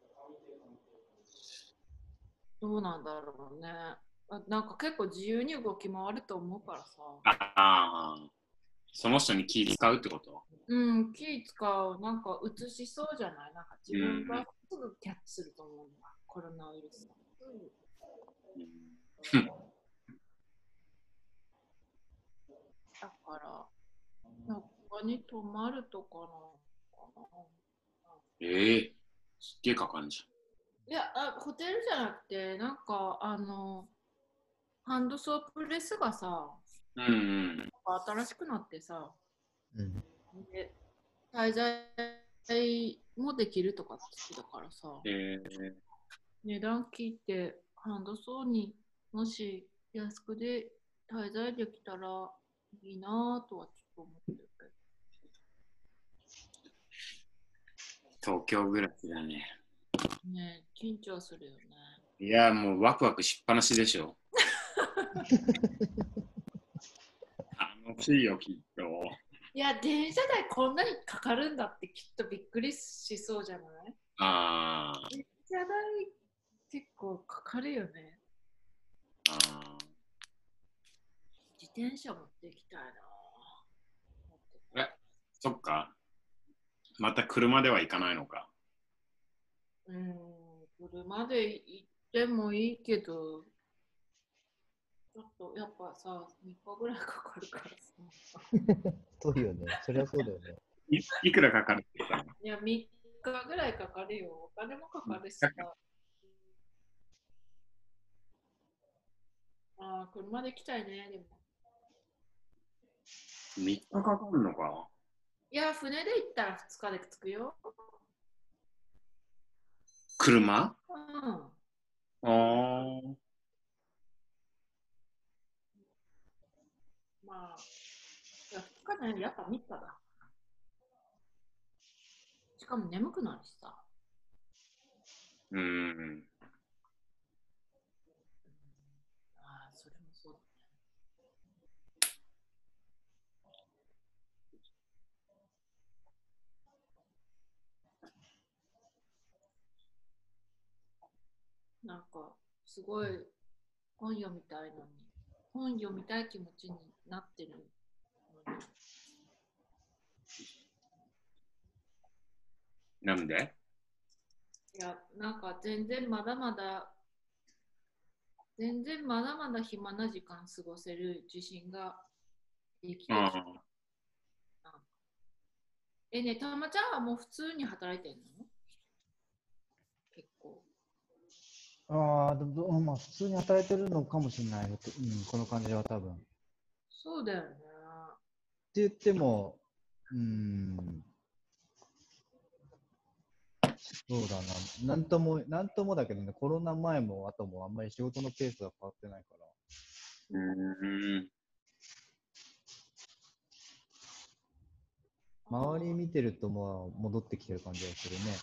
どうなんだろうね。なんか結構自由に動き回ると思うからさ。 あ、その人に気使うってこと？ 気使う。なんか映しそうじゃない？なんか自分がすぐキャッチすると思うんだ。コロナウイルス。だから、どこに泊まるとかなのかな。 すっげえかかんじいやホテルじゃなくて、なんかハンドソープレスがさ、 ゃん。 新しくなってさ、 うん。 で滞在もできるとかって言ってたからさ、値段聞いてハンドソーにもし安くで滞在できたらいいなぁとはちょっと思ってるけど。 東京暮らしだね。 ね、緊張するよね。 いや、もうワクワクしっぱなしでしょ。楽しいよ、きっと。 いや、電車代こんなにかかるんだってきっとびっくりしそうじゃない？電車代結構かかるよね。自転車持っていきたいな。そっか。また車では行かないのか。 車で行ってもいいけど、ちょっとやっぱさ、3日ぐらいかかるからさ。 そうよね。そりゃそうだよね。 いくらかかるってさ。 いや、3日ぐらいかかるよ。お金もかかるしさ。車で行きたいね、でも。 3日かかるのか？ いや、船で行ったら2日で着くよ。 車？ まあ、いや2日ね、やっぱ3日だ。しかも眠くなるしさ。それもそうだね。なんか、すごい本読みたいのに、本読みたい気持ちになってるのに。 なんで？ いや、なんか全然まだまだ暇な時間過ごせる自信ができてきた。ね、たまちゃんはもう普通に働いてんの？結構。 まあ、普通に働いてるのかもしれない。この感じは多分。 そうだよね。 って言っても、そうだな。なんともだけどね、コロナ前も後もあんまり仕事のペースが変わってないから。周り見てると、まあ、戻ってきてる感じがするね。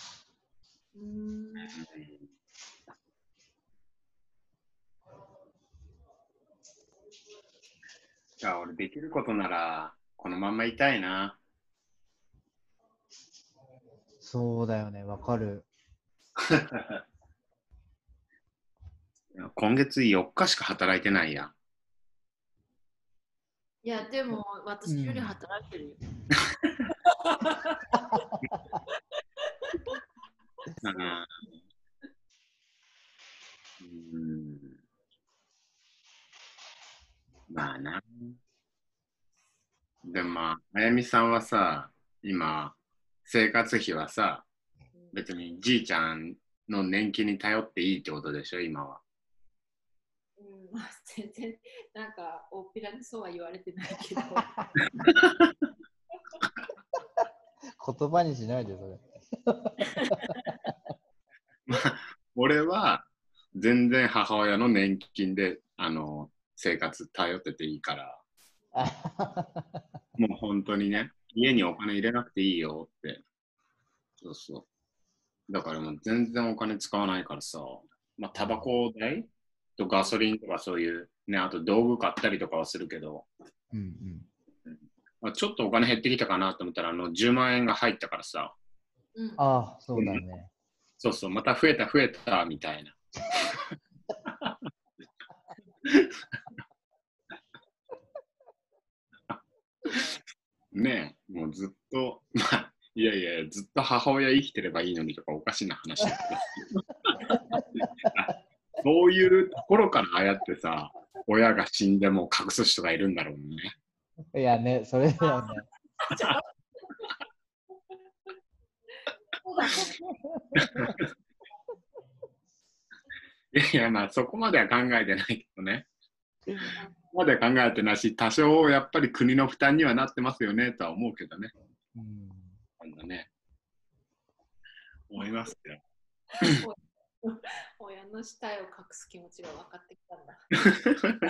俺できることならこのままいたいな。 そうだよね、わかる。 今月4日しか働いてないや。 いや、でも私より働いてるよ。 まあな。でもまあ、あやみさんはさ、今、生活費はさ、別にじいちゃんの年金に頼っていいってことでしょ、今は。 まあ、全然、なんか、大っぴらにそうは言われてないけど。 言葉にしないで、それ。 まあ、俺は全然母親の年金で生活頼ってていいから、もう本当にね、家にお金入れなくていいよって。そうそう。だからもう全然お金使わないからさ、まあ、タバコ代とガソリンとかそういう、ね、あと道具買ったりとかはするけど、まあ、ちょっとお金減ってきたかなと思ったら、10万円が入ったからさ。 ああ、そうだね。 そうそう、また増えたみたいな。ねえ、もうずっと、まあ、いやいや、ずっと母親生きてればいいのにとかおかしな話だけど。そういうところからああやってさ、親が死んでも隠す人がいるんだろうね。 いやね、それだよね。 いやいや、まあそこまでは考えてないけどね。そこまでは考えてないし、多少やっぱり国の負担にはなってますよねとは思うけどね。なんだね。思いますよ。 親の死体を隠す気持ちが分かってきたんだ。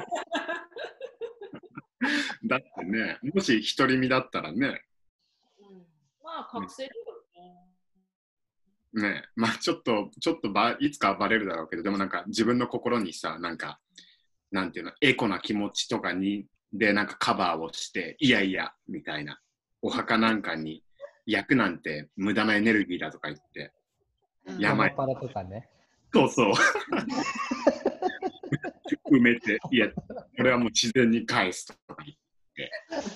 だってね、もし独り身だったらね。 まあ隠せるよね。ね、まあちょっといつかはバレるだろうけど、でもなんか自分の心にさ、なんか、なんていうの、エコな気持ちとかに、で、なんかカバーをして、いやいや、みたいな。お墓なんかに、焼くなんて無駄なエネルギーだとか言って、 山パラとかね。 そうそう。埋めて、いや、これはもう自然に返すとか言って。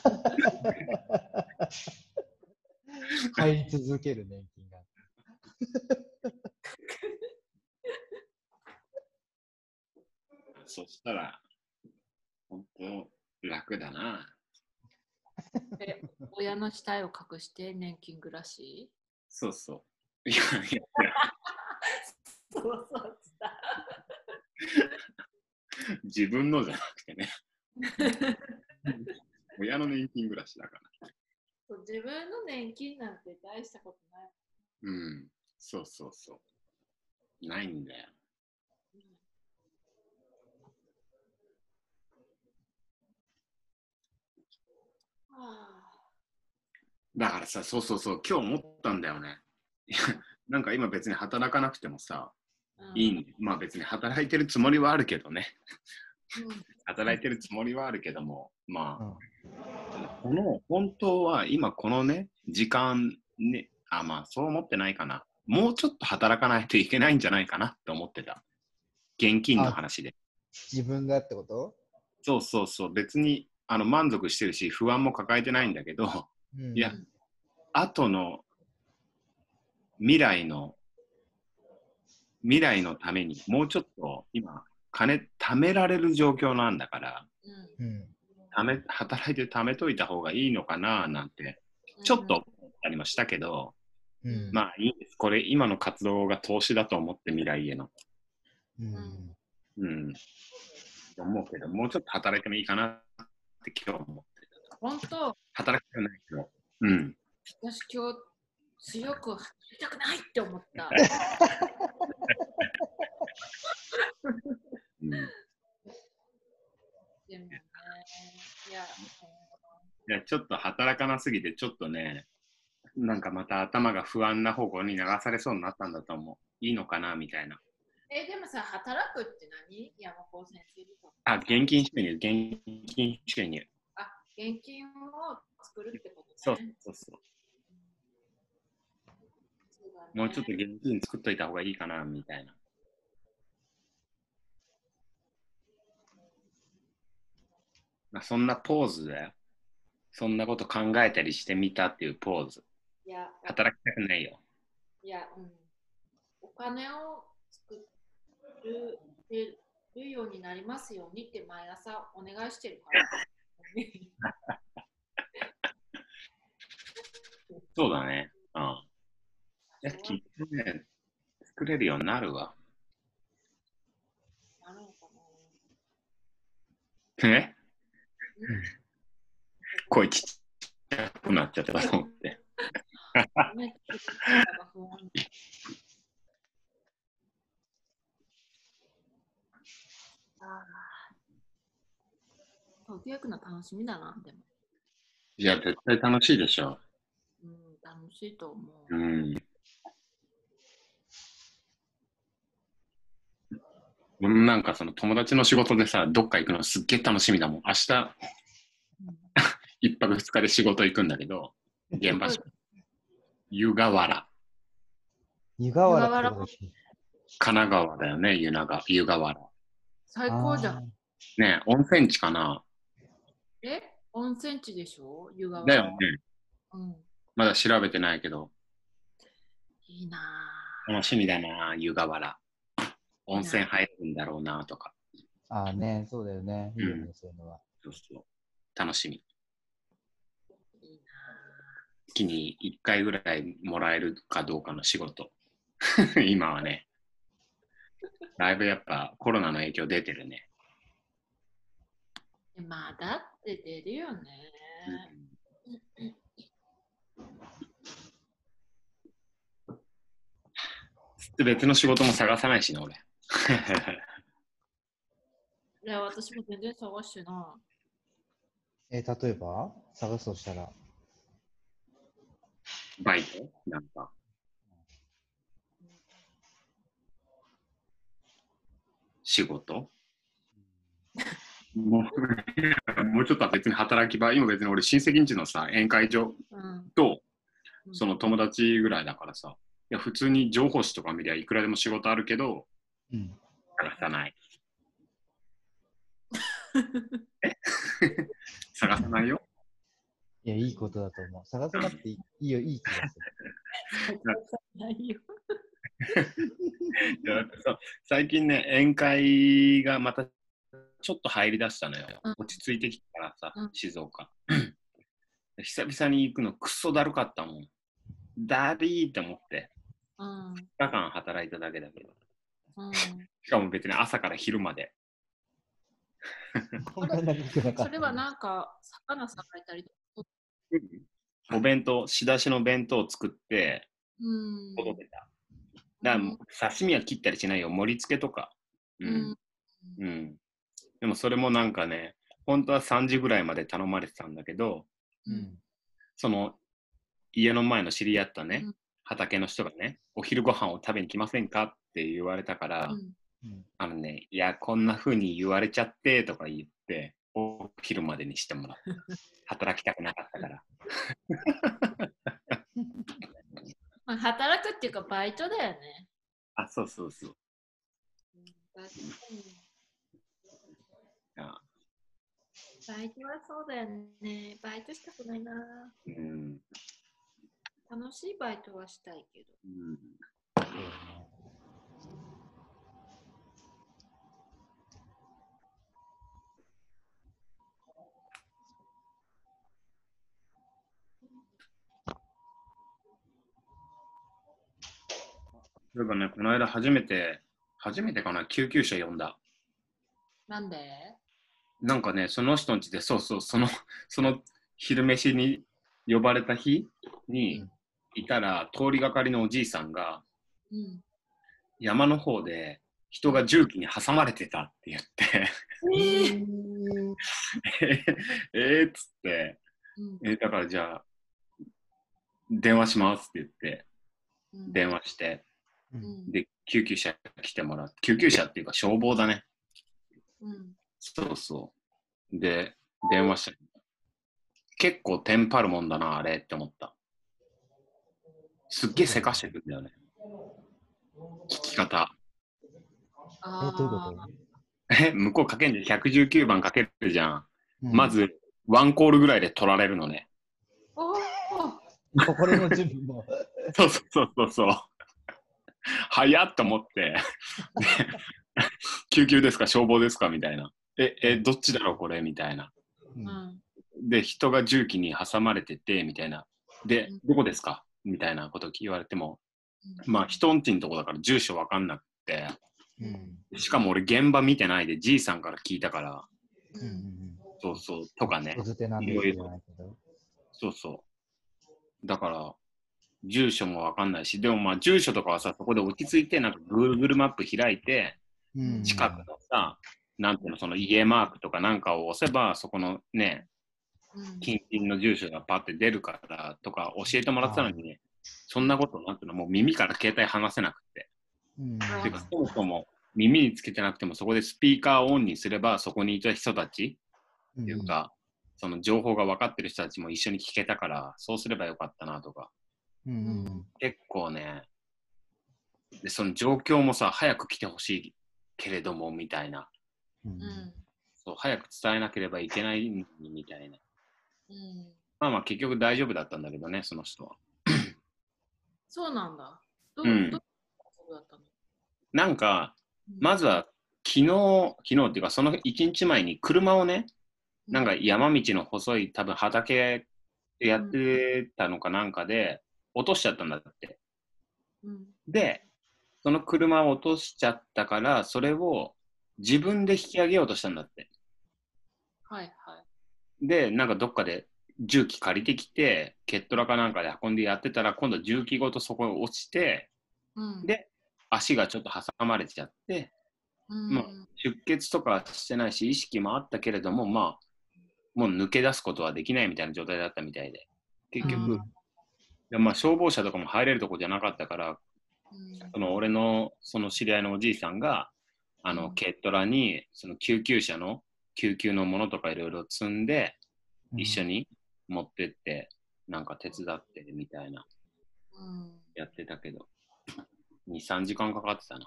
入り続ける年金が。 そしたら、本当楽だな。 親の死体を隠して年金暮らしそうそう。いやいや。 そうそう自分のじゃなくてね。親の年金暮らしだから。 自分の年金なんて大したことない。 うん、そうそうそう。ないんだよ。だからさ、そうそうそう、今日思ったんだよね。なんか今別に働かなくてもさ、いいね。まあ別に働いてるつもりはあるけどね。働いてるつもりはあるけども、まあ、本当は今このね、時間ね、まあそう思ってないかな。もうちょっと働かないといけないんじゃないかなって思ってた。現金の話で。 自分がってこと？ そうそうそう。別に満足してるし、不安も抱えてないんだけど、いや、後の未来のためにもうちょっと今、金貯められる状況なんだから、働いて貯めといた方がいいのかななんて、ちょっと思ったりもしたけど、まあいいです。これ今の活動が投資だと思って未来への。思うけど、もうちょっと働いてもいいかなって今日思ってた。 本当？ 働きたくないけど。 私今日強く働きたくないって思った。でもね、 いや、ちょっと働かなすぎて、ちょっとね、なんかまた頭が不安な方向に流されそうになったんだと思う。いいのかなみたいな。 でもさ、働くって何？山子先生とか。現金収入、現金収入。 現金を作るってことね。 そうそうそう。もうちょっと現金作っといた方がいいかなみたいな。 そんなポーズで、そんなこと考えたりしてみたっていうポーズ。 いや、 働きたくないよ。 いや、お金を作るようになりますようにって毎朝お願いしてるから。 そうだね。うん。いや、きっとね、作れるようになるわ。 なるのかな。 え声ちっちゃくなっちゃったかと思って。東京行くの楽しみだな、でも。 いや、絶対楽しいでしょ。 楽しいと思う。うん。なんかその友達の仕事でさ、どっか行くのすっげえ楽しみだもん。明日、一泊二日で仕事行くんだけど、現場、湯河原。 湯河原って神奈川だよね、湯河原。 最高じゃん。 ねえ、温泉地かな？ 温泉地でしょ？湯河原。だよね。まだ調べてないけど。 いいなぁ。楽しみだなぁ、湯河原。温泉入るんだろうなとか。 ああね、そうだよね。いいよね、そういうのは。 そうそう。楽しみ。月に1回ぐらいもらえるかどうかの仕事。今はね。だいぶやっぱコロナの影響出てるね。 まあだって出るよね。 別の仕事も探さないしね、俺。 いや、私も全然探してない。 例えば探すとしたらバイトなんか。仕事もうちょっとは別に働き場、今別に俺親戚んちのさ、宴会場と、その友達ぐらいだからさ、いや普通に情報誌とか見りゃいくらでも仕事あるけど、探さない。探さないよ。 いや、いいことだと思う。探さなくていいよ、いい気がする。 探さないよ。 最近ね、宴会がまたちょっと入りだしたのよ。落ち着いてきたからさ、静岡。久々に行くのクソだるかったもん。だりーって思って。2日間働いただけだけど。しかも別に朝から昼まで。 それはなんか魚さばいたりとか。 お弁当、仕出しの弁当を作って届けた。だから刺身は切ったりしないよ。盛り付けとか。でもそれもなんかね、本当は3時ぐらいまで頼まれてたんだけど、その家の前の知り合ったね、畑の人がね、お昼ご飯を食べに来ませんかって言われたから、いや、こんな風に言われちゃってとか言って、お昼までにしてもらった。働きたくなかったから。 働くっていうかバイトだよね。 あ、そうそうそう。 バイトはそうだよね。バイトしたくないな。楽しいバイトはしたいけど。 例えばね、この間初めてかな、救急車呼んだ。 なんで？ なんかね、その人んちで、その昼飯に呼ばれた日にいたら、通りがかりのおじいさんが、山の方で人が重機に挟まれてたって言ってっつって、だからじゃあ、電話しますって言って、電話して、で、救急車来てもらって、救急車っていうか消防だね。そうそう。で、電話した。結構テンパるもんだな、あれって思った。すっげえせかしてくんだよね。聞き方。 どういうこと？ 向こうかけんで119番かけるじゃん。 まずワンコールぐらいで取られるのね。 心の準備も。 そう。早っと思って。救急ですか消防ですかみたいな。どっちだろうこれみたいな。で、人が重機に挟まれてて、みたいな。で、どこですかみたいなこと言われても、まあ、人んちのとこだから住所わかんなくて、しかも俺現場見てないで、じいさんから聞いたから、とかね。いろいろ。だから、住所もわかんないし、でもまあ、住所とかはさ、そこで落ち着いて、なんか Google マップ開いて、近くのさ、なんていうの、その家マークとかなんかを押せば、そこのね、近々の住所がパッて出るからとか教えてもらってたのにね、そんなことなんていうの、もう耳から携帯離せなくて。てか、そもそも耳につけてなくても、そこでスピーカーをオンにすれば、そこにいた人たちっていうか、その情報が分かってる人たちも一緒に聞けたから、そうすればよかったなとか。結構ね、で、その状況もさ、早く来てほしいけれども、みたいな。そう、早く伝えなければいけないみたいな。まあまあ、結局大丈夫だったんだけどね、その人は。 そうなんだ。どうだったの？ なんか、まずは昨日っていうか、その1日前に車をね、なんか山道の細い多分畑やってたのかなんかで落としちゃったんだって。で、その車を落としちゃったから、それを自分で引き上げようとしたんだって。で、なんかどっかで重機借りてきて、ケットラかなんかで運んでやってたら、今度重機ごとそこに落ちて、で、足がちょっと挟まれちゃって、まあ、出血とかしてないし、意識もあったけれども、まあ、もう抜け出すことはできないみたいな状態だったみたいで、結局、まあ、消防車とかも入れるとこじゃなかったから、その俺のその知り合いのおじいさんが、ケットラにその救急車の救急のものとかいろいろ積んで、一緒に持ってって、なんか手伝ってみたいな、やってたけど、2、3時間かかってたな。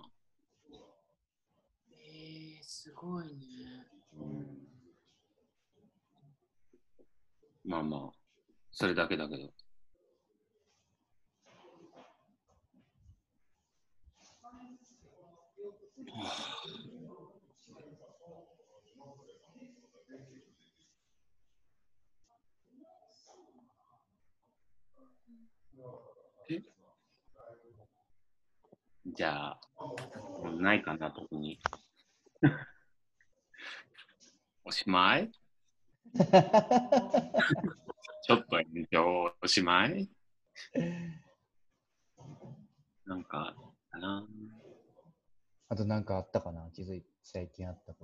すごいね。 まあまあ、それだけだけど。じゃあ、ないかな、特に。おしまいちょっと延長おしまいなんかあったな。 あとなんかあったかな最近あったこと。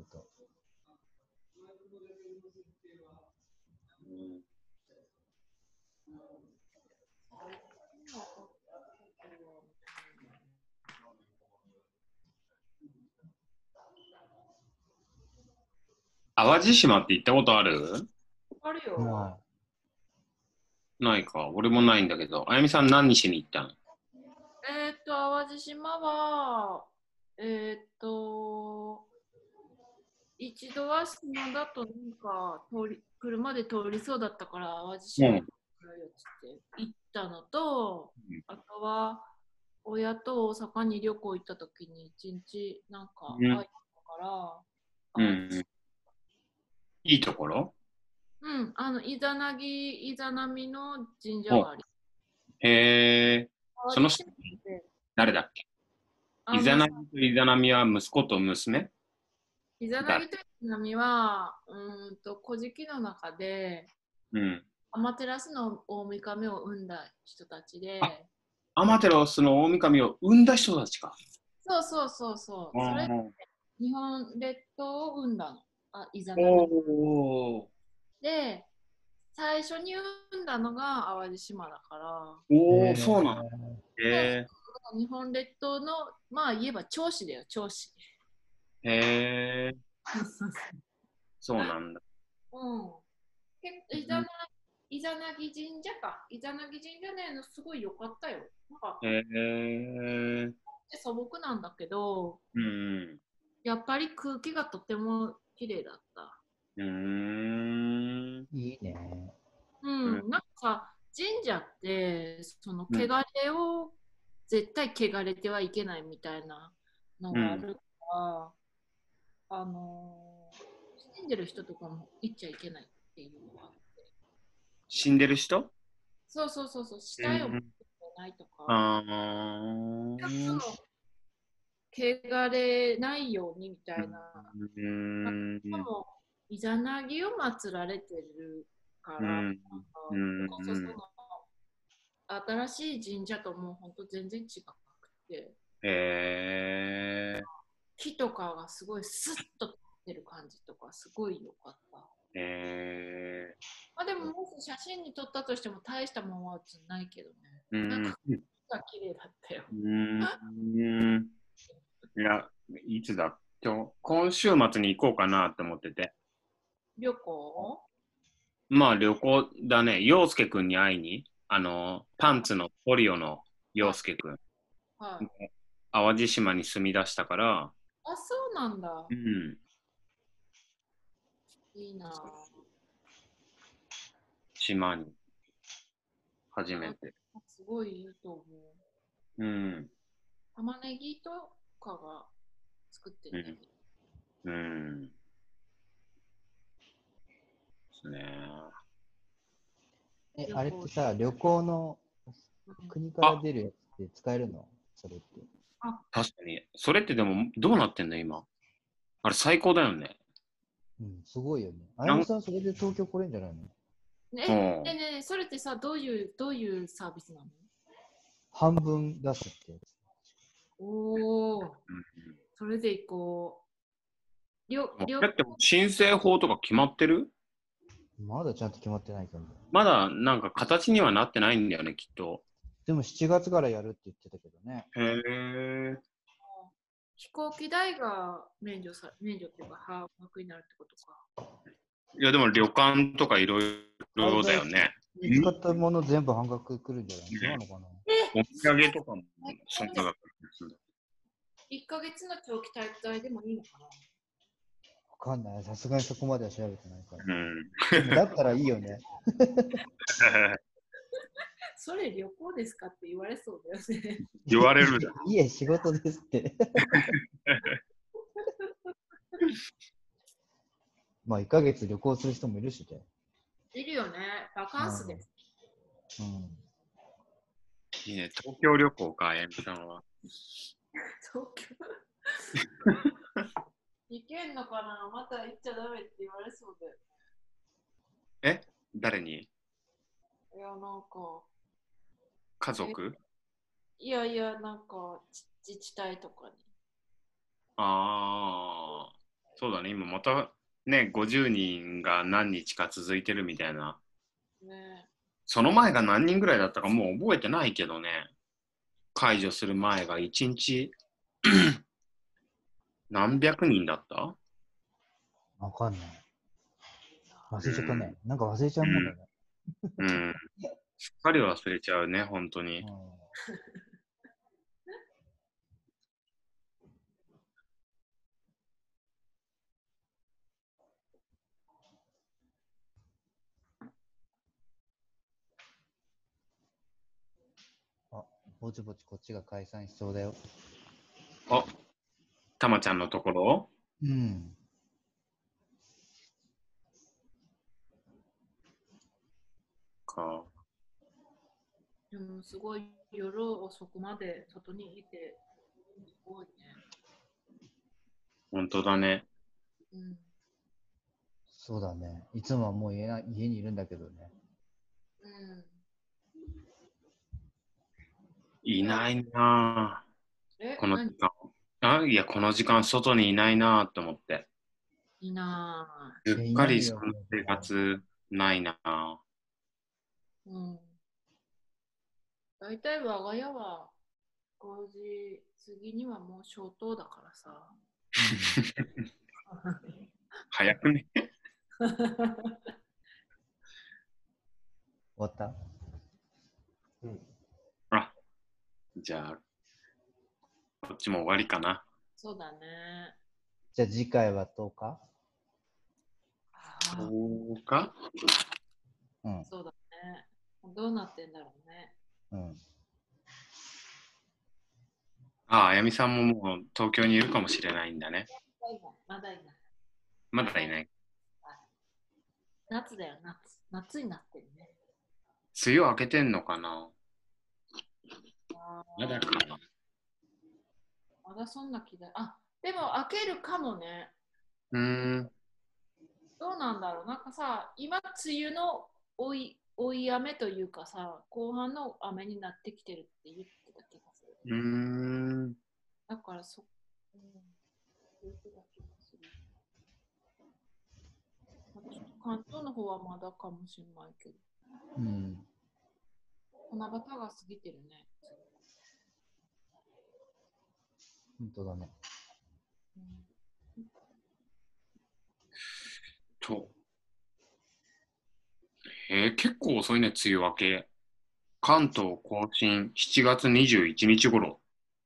淡路島って行ったことある？ あるよ。 ないか。俺もないんだけど。あやみさん何しに行ったの？ 淡路島は、一度は島だとなんか車で通りそうだったから淡路島に行ったのと、あとは親と大阪に旅行行った時に一日なんか空いたから、 いいところ？ イザナミの神社があり。 へえ。その人誰だっけ？イザナミとイザナミは息子と娘？ イザナギとイザナミは、古事記の中で、アマテラスの大神を生んだ人たちで。 アマテラスの大神を生んだ人たちか。 そう。それで日本列島を生んだの。イザナミ。で、最初に生んだのが淡路島だから。 そうなの。 日本列島の、まあ言えば銚子だよ、銚子。 へえ。そうなんだ。 イザナギ神社か。イザナギ神社ね、すごい良かったよ。なんか素朴なんだけど、やっぱり空気がとても綺麗だった。 いいね。 なんか神社ってその汚れを絶対汚れてはいけないみたいなのがあるから、死んでる人とかも行っちゃいけないっていうのがあって。 死んでる人？ そうそうそうそう、死体を持ってないとか、汚れないようにみたいな。しかもイザナギを祀られてるから、こそその新しい神社ともう本当全然違くて、木とかがすごいスッと立ってる感じとかすごい良かった。まあでももし写真に撮ったとしても大したもんは映んないけどね。なんか綺麗だったよ。 いや、いつだ今週末に行こうかなって思ってて。 旅行？ まあ旅行だね。陽介くんに会いに、パンツのポリオの陽介くん。 はい。 淡路島に住み出したから。 あ、そうなんだ。いいな。 島に初めて。 すごいいいと思う。玉ねぎとかが作ってるね。 ですね。 あれってさ、旅行の国から出るやつって使えるの？それって。 確かに。それってでもどうなってんの今？あれ最高だよね。 すごいよね。あやむさん、それで東京来れんじゃないの？ ね、それってさ、どういうサービスなの？ 半分出すって。 おー、それで行こう。 だって申請法とか決まってる？ まだちゃんと決まってないけど。 まだなんか形にはなってないんだよね、きっと。 でも7月からやるって言ってたけどね。 飛行機代が免除っていうか半額になるってことか。 いやでも旅館とかいろいろだよね。 使ったもの全部半額くるんじゃない？違うのかな？ お土産とかもそんなだったりする。 1ヶ月の長期滞在でもいいのかな？わかんない。さすがにそこまでは調べてないから。でもだったらいいよね。 それ旅行ですかって言われそうだよね。 言われるじゃん。 いえ、仕事ですって。まあ、1ヶ月旅行する人もいるしね。 いるよね。バカンスです。 いいね。東京旅行か、あやみさんは。 東京行けんのかな？また行っちゃダメって言われそうで。 誰に？ いや、なんか。 家族？ いやいや、なんか自治体とかに。 ああ、そうだね。今またね、50人が何日か続いてるみたいな。 ね。 その前が何人ぐらいだったかもう覚えてないけどね。解除する前が1日何百人だった？ わかんない。忘れちゃったね。なんか忘れちゃうもんだね。 すっかり忘れちゃうね、本当に。 ぼちぼちこっちが解散しそうだよ。 あ、たまちゃんのところ？か。 でもすごい夜遅くまで外にいて、すごいね。 本当だね。 そうだね。いつもはもう家にいるんだけどね。 いないなぁ。この時間。いや、この時間外にいないなぁと思って。 いなぁ。すっかりその生活ないなぁ。 大体我が家は5時過ぎにはもう消灯だからさ。 早くね。 終わった？ じゃあ、こっちも終わりかな。 そうだね。 じゃあ次回は10日？ そうか、 うん。 そうだね。どうなってんだろうね。 うん。 あやみさんももう東京にいるかもしれないんだね。 まだいない。 まだいない。 夏だよ、夏になってるね。 梅雨明けてんのかな。まだかな。 まだそんな気だ。あ、でも開けるかもね。どうなんだろう。なんかさ、今、梅雨の追い雨というかさ、後半の雨になってきてるって言ってた気がする。だからそう言ってた気がする。関東の方はまだかもしれないけど。 うん。 七夕が過ぎてるね。 本当だね。 と。結構遅いね、梅雨明け。関東甲信7月21日頃。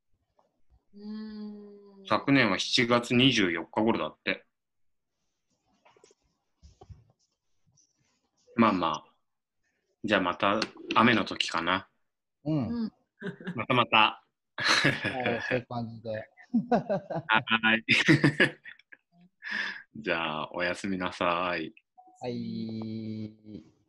昨年は7月24日頃だって。まあまあ。じゃあまた雨の時かな。 うん。 またまた。 そういう感じで。 はい。じゃあおやすみなさい。 はい。